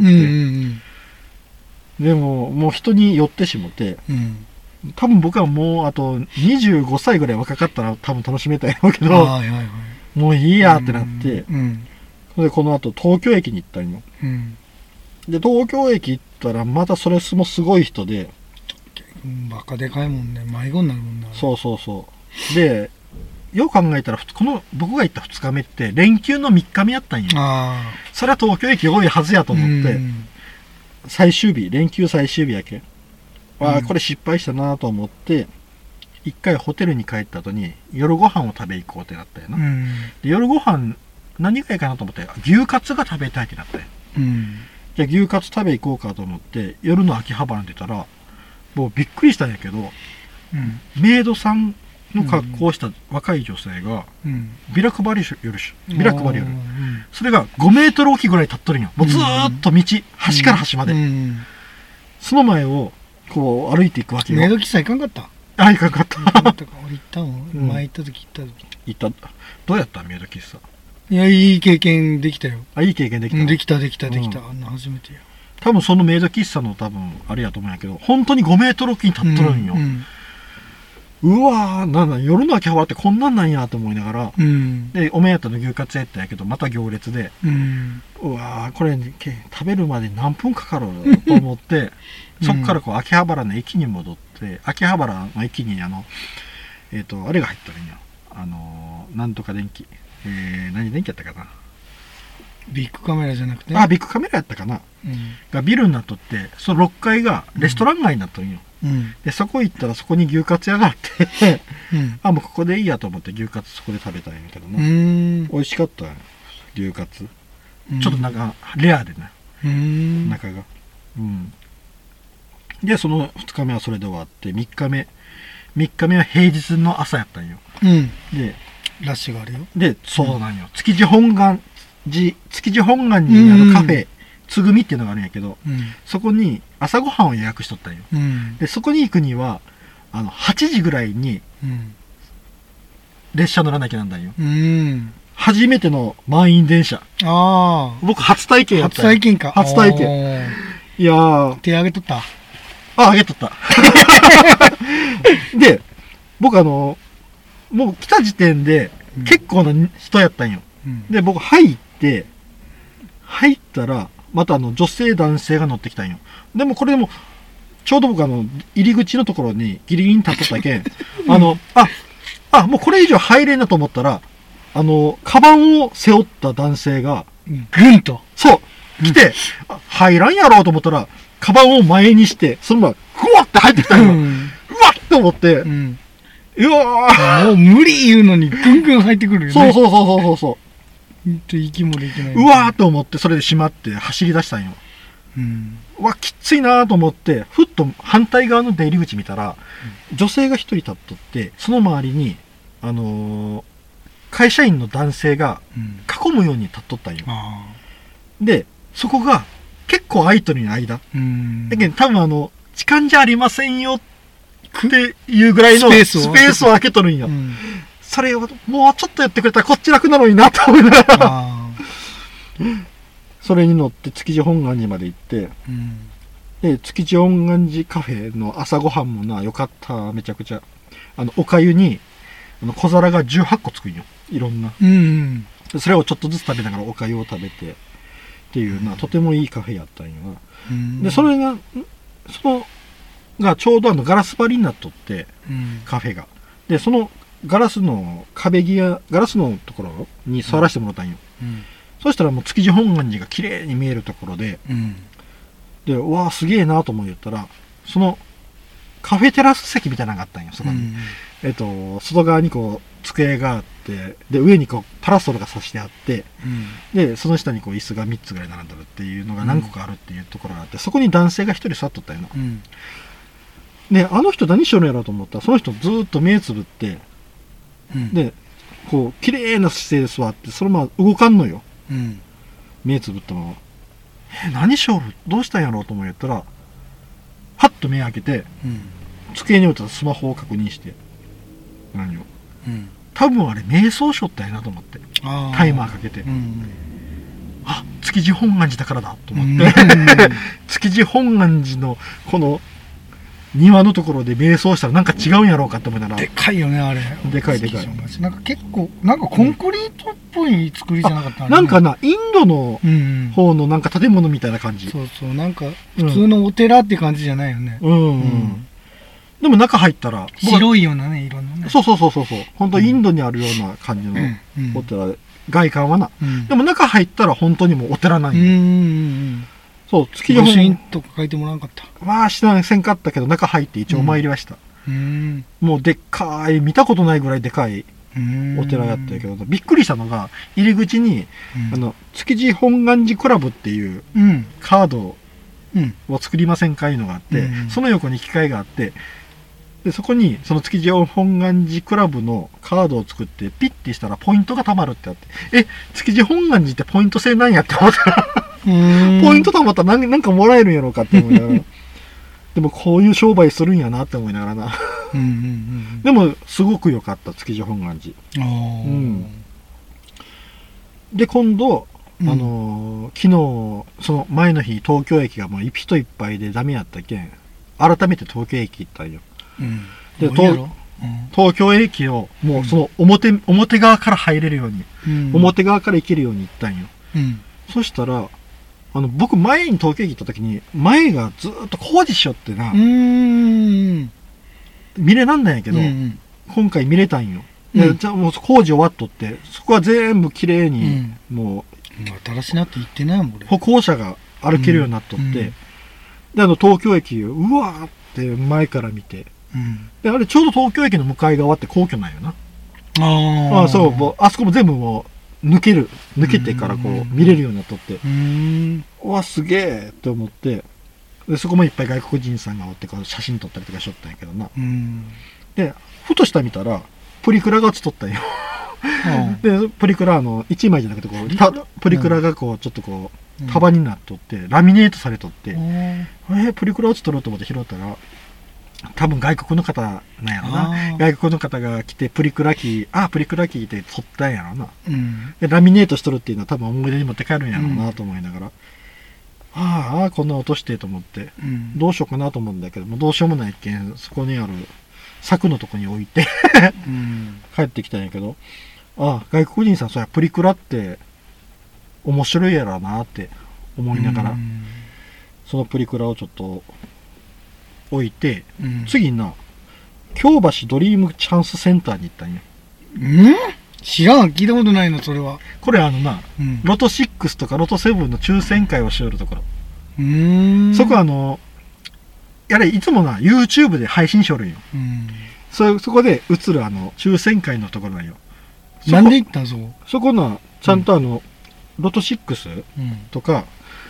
でも、もう人に寄ってしもて、多分僕はもうあと25歳ぐらい若かったら多分楽しめたんやろうけど、もういいやってなって、で、この後東京駅に行ったんよ。で、東京駅行ったらまたそれもすごい人で、 バカでかいもんね。迷子になるもんな。 そうで、よく考えたら僕が行った2日目って連休の3日目やったんよ。それは東京駅多いはずやと思って、連休最終日やけん。これ失敗したなと思って、一回ホテルに帰った後に夜ご飯を食べ行こうってなったよな。で、夜ご飯何がいいかなと思って、牛カツが食べたいってなったよ。じゃあ牛カツ食べ行こうかと思って、夜の秋葉原に出たら、もうびっくりしたんやけど、メイドさんの格好をした若い女性が、ビラ配りよる。それが5メートルおきぐらい立っとるんよ。もうずーっと道、端から端まで。その前を、こう歩いていくわけよ。 メイド喫茶行かんかった？ 行かんかった。 俺行ったもん。前行った時。 どうやったメイド喫茶？ いや、いい経験できたよ。 いい経験できた？ できた。あんな初めてや。 多分そのメイド喫茶のあれやと思うんやけど、本当に5メートルおきに立っとるんよ。うわー、夜の秋葉原ってこんなんなんやと思いながら、で、お目当ての牛カツやったんやけど、また行列で、うわー、これ、食べるまで何分かかると思って、そっからこう、秋葉原の駅に戻って、秋葉原の駅にあれが入っとるんよ。なんとか電気。何電気やったかな。 ビッグカメラじゃなくて？ ビッグカメラやったかな。がビルになっとって、その6階がレストラン街になっとるんよ。で、そこ行ったらそこに牛カツ屋があってもうここでいいやと思って牛カツそこで食べたんやけどな。美味しかったよ、牛カツ。ちょっとなんかレアでな、中が。で、その2日目はそれで終わって、3日目は平日の朝やったんよ。で、 ラッシュがあるよ。 で、そうなんよ。築地本願にあるカフェ、つぐみっていうのがあるんやけど、そこに朝ごはんを予約しとったんよ。で、そこに行くには、8時ぐらいに、列車乗らなきゃなんだよ。初めての満員電車。僕初体験やったよ。 初体験か。 初体験。いやー。 手挙げとった？ 挙げとった。で、僕もう来た時点で結構な人やったんよ。で、僕入ったら、また女性男性が乗ってきたんよ。でもこれでも、ちょうど僕入り口のところにギリギリに立っとったけん、もうこれ以上入れんなと思ったら、カバンを背負った男性が、 ぐんと。 そう、来て、入らんやろうと思ったら、カバンを前にして、そのまま、ふわって入ってきたんよ。うわっと思って、うわーもう無理言うのにぐんぐん入ってくるよね。 そう。 息もできない。 うわーと思って、それで閉まって走り出したんよ。うわ、きついなーと思って、ふっと反対側の出入り口見たら、女性が一人立っとって、その周りに、会社員の男性が囲むように立っとったんよ。で、そこが結構空いとるんよ、間。だけど多分時間じゃありませんよっていうぐらいのスペースを空けとるんよ。それをもうちょっとやってくれたらこっち楽なのになと思いながらそれに乗って築地本願寺まで行って、で築地本願寺カフェの朝ごはんもなよかった。めちゃくちゃおかゆに小皿が18個つくんよ、いろんな。それをちょっとずつ食べながらおかゆを食べてっていうな、とてもいいカフェやったんよな。でそれがそのがちょうどガラス張りになっとって、カフェが。で、そのガラスの壁際、ガラスのところに座らせてもらったんよ。そしたらもう築地本願寺が綺麗に見えるところで、で、うわーすげえなと思い言ったら、そのカフェテラス席みたいなのがあったんよ、そこに。外側にこう、机があって、で、上にこう、パラソルが差してあって、で、その下にこう、椅子が3つぐらい並んでるっていうのが何個かあるっていうところがあって、そこに男性が1人座っとったよな。で、あの人何しよるんやろうと思ったら、その人ずーっと目つぶって、で、こう、綺麗な姿勢で座って、そのまま動かんのよ。目つぶったまま。何しよるどうしたんやろうと思いやったら、はっと目開けて、机に置いたスマホを確認して、何を。多分あれ、瞑想しょったんやなと思って。タイマーかけて。あ、築地本願寺だからだと思って。築地本願寺の、この、庭のところで瞑想したらなんか違うんやろうかって思いながら。 でかいよね、あれ。 でかいでかい。 なんか結構、なんかコンクリートっぽい作りじゃなかった、 なんかな、インドの方のなんか建物みたいな感じ。 そうそう、なんか普通のお寺って感じじゃないよね。 でも中入ったら。 白いようなね、色のね。 そう。本当インドにあるような感じのお寺で。外観はな。でも中入ったら本当にもうお寺なんよ。そう、築地本願とか書いてもらわなかった。 まあ、せんかったけど、中入って一応お参りはした。もうでっかい、見たことないぐらいでかいお寺やったけど、びっくりしたのが、入り口に、築地本願寺クラブっていうカードを作りませんかいうのがあって、その横に機械があって、で、そこに、その築地本願寺クラブのカードを作って、ピッてしたらポイントが貯まるってあって、築地本願寺ってポイント制なんやって思ったら、ポイント貯まったらなんかもらえるんやろうかって思いながら。でもこういう商売するんやなって思いながらな。でも、すごく良かった、築地本願寺。で、今度、昨日、その前の日、東京駅がもう人いっぱいでダメやったけん、改めて東京駅行ったんよ。で、東京駅を、もうその表側から入れるように、表側から行けるように行ったんよ。そしたら、僕前に東京駅行った時に、前がずーっと工事しよってな、見れなんないんやけど、今回見れたんよ。じゃあもう工事終わっとって、そこは全部綺麗に、もう、新しなって言ってないもん、 歩行者が歩けるようになっとって、で、東京駅を、うわーって前から見て、で、あれちょうど東京駅の向かい側って皇居なんよな。そう、あそこも全部もう、抜けてからこう見れるようになっとって、うわすげえって思って、でそこもいっぱい外国人さんがおって写真撮ったりとかしとったんやけどな。でふとした見たらプリクラが写っとったんよ。でプリクラ1枚じゃなくてこうプリクラがこうちょっとこう束になっとってラミネートされとって、プリクラ落ちとると思って拾ったら、多分外国の方なんやろな。外国の方が来てプリクラ機って撮ったんやろな。でラミネートしとるっていうのは多分思い出に持って帰るんやろうなと思いながら、こんな落としてと思って、どうしようかなと思うんだけども、どうしようもないけん、そこにある柵のとこに置いて帰ってきたんやけど、外国人さん、そりゃプリクラって面白いやろなって思いながら、そのプリクラをちょっと置いて、次な京橋ドリームチャンスセンターに行ったんや。 知らん、聞いたことないの、それは。 これロト6とかロト7の抽選会をしよるところ。そこやれいつもYouTube で配信しよるんよ。そこで映る抽選会のところなんよ。 なんで行ったんそこちゃんとロト6とか、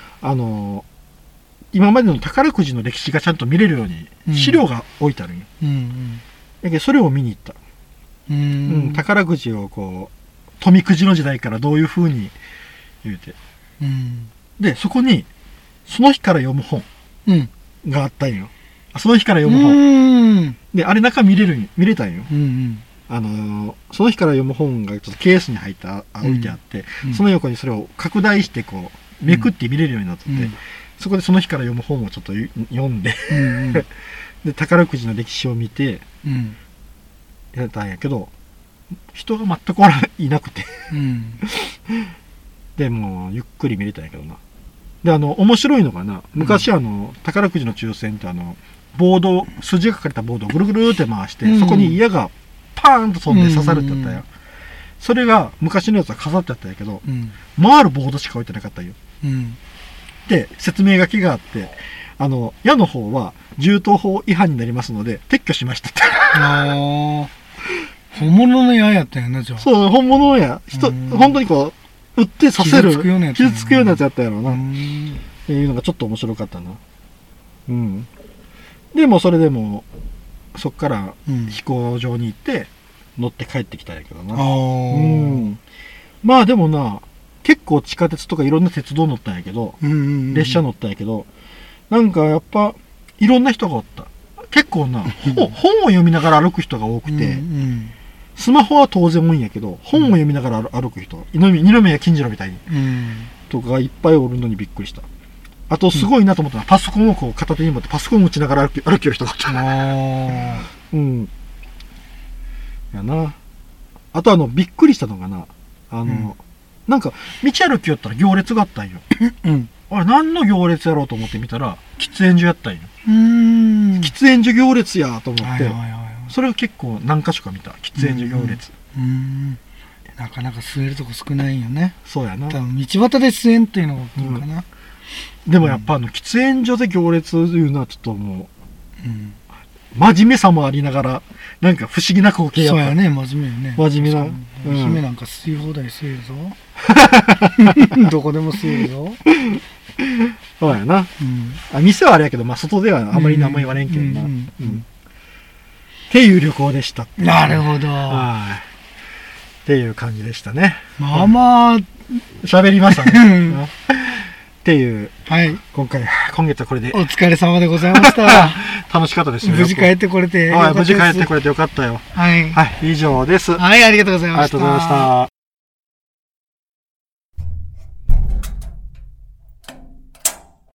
今までの宝くじの歴史がちゃんと見れるように資料が置いてあるんよ。だけどそれを見に行った。宝くじをこう富くじの時代からどういう風に言うて、でそこにその日から読む本があったんよ。その日から読む本で、あれ中見れたんよ。その日から読む本がちょっとケースに置いてあって、その横にそれを拡大してこうめくって見れるようになってて、そこでその日から読む本をちょっと読んでで宝くじの歴史を見てやったんやけど、人が全くいなくてでもうゆっくり見れたんやけどな。で面白いのがな、昔宝くじの抽選ってボード、筋が書かれたボードをぐるぐるって回して、そこに矢がパーンと飛んで刺さるってやったよ。それが昔のやつは飾ってあったんやけど、回るボードしか置いてなかったんよ。で、説明書きがあって、矢の方は銃刀法違反になりますので撤去しましたって。 本物の矢やったよね、じゃあ。 そう、本物の矢。本当にこう、撃って刺せる。傷つくようなやつやったやろうな。っていうのがちょっと面白かったな。うん。でもそれでも、そっから飛行場に行って、乗って帰ってきたんやけどな。まあでもな、結構地下鉄とかいろんな鉄道乗ったんやけど、列車乗ったんやけど、なんかやっぱ、いろんな人がおった。結構な、本を読みながら歩く人が多くて、スマホは当然多いんやけど、本を読みながら歩く人、二宮金次郎みたいに、とかいっぱいおるのにびっくりした。あとすごいなと思ったのは、パソコンをこう片手に持ってパソコンを打ちながら歩きよる人がおった。やな。あとびっくりしたのがな、なんか道歩きよったら行列があったんよ。あれ何の行列やろうと思って見たら喫煙所やったんよ。喫煙所行列やと思って、それを結構何箇所か見た。喫煙所行列。 なかなか吸えるとこ少ないよね。 そうやな。 多分道端で吸えんっていうのが大きいかな。 でもやっぱ喫煙所で行列というのはちょっともう、真面目さもありながら、なんか不思議な光景やった。 そうやね、真面目よね。 真面目な。 姫なんか吸い放題吸えるぞ。どこでも吸えるぞ。 そうやな。店はあれやけど、まあ外ではあんまり何も言われんけどな。っていう旅行でした。 なるほど。 っていう感じでしたね。 まあまあ、 喋りましたね。っていう、今月はこれで。 お疲れ様でございました。 楽しかったですよ。 無事帰ってこれて。 無事帰ってこれてよかったよ。はい。以上です。 はい、ありがとうございました。 ありがとうございました。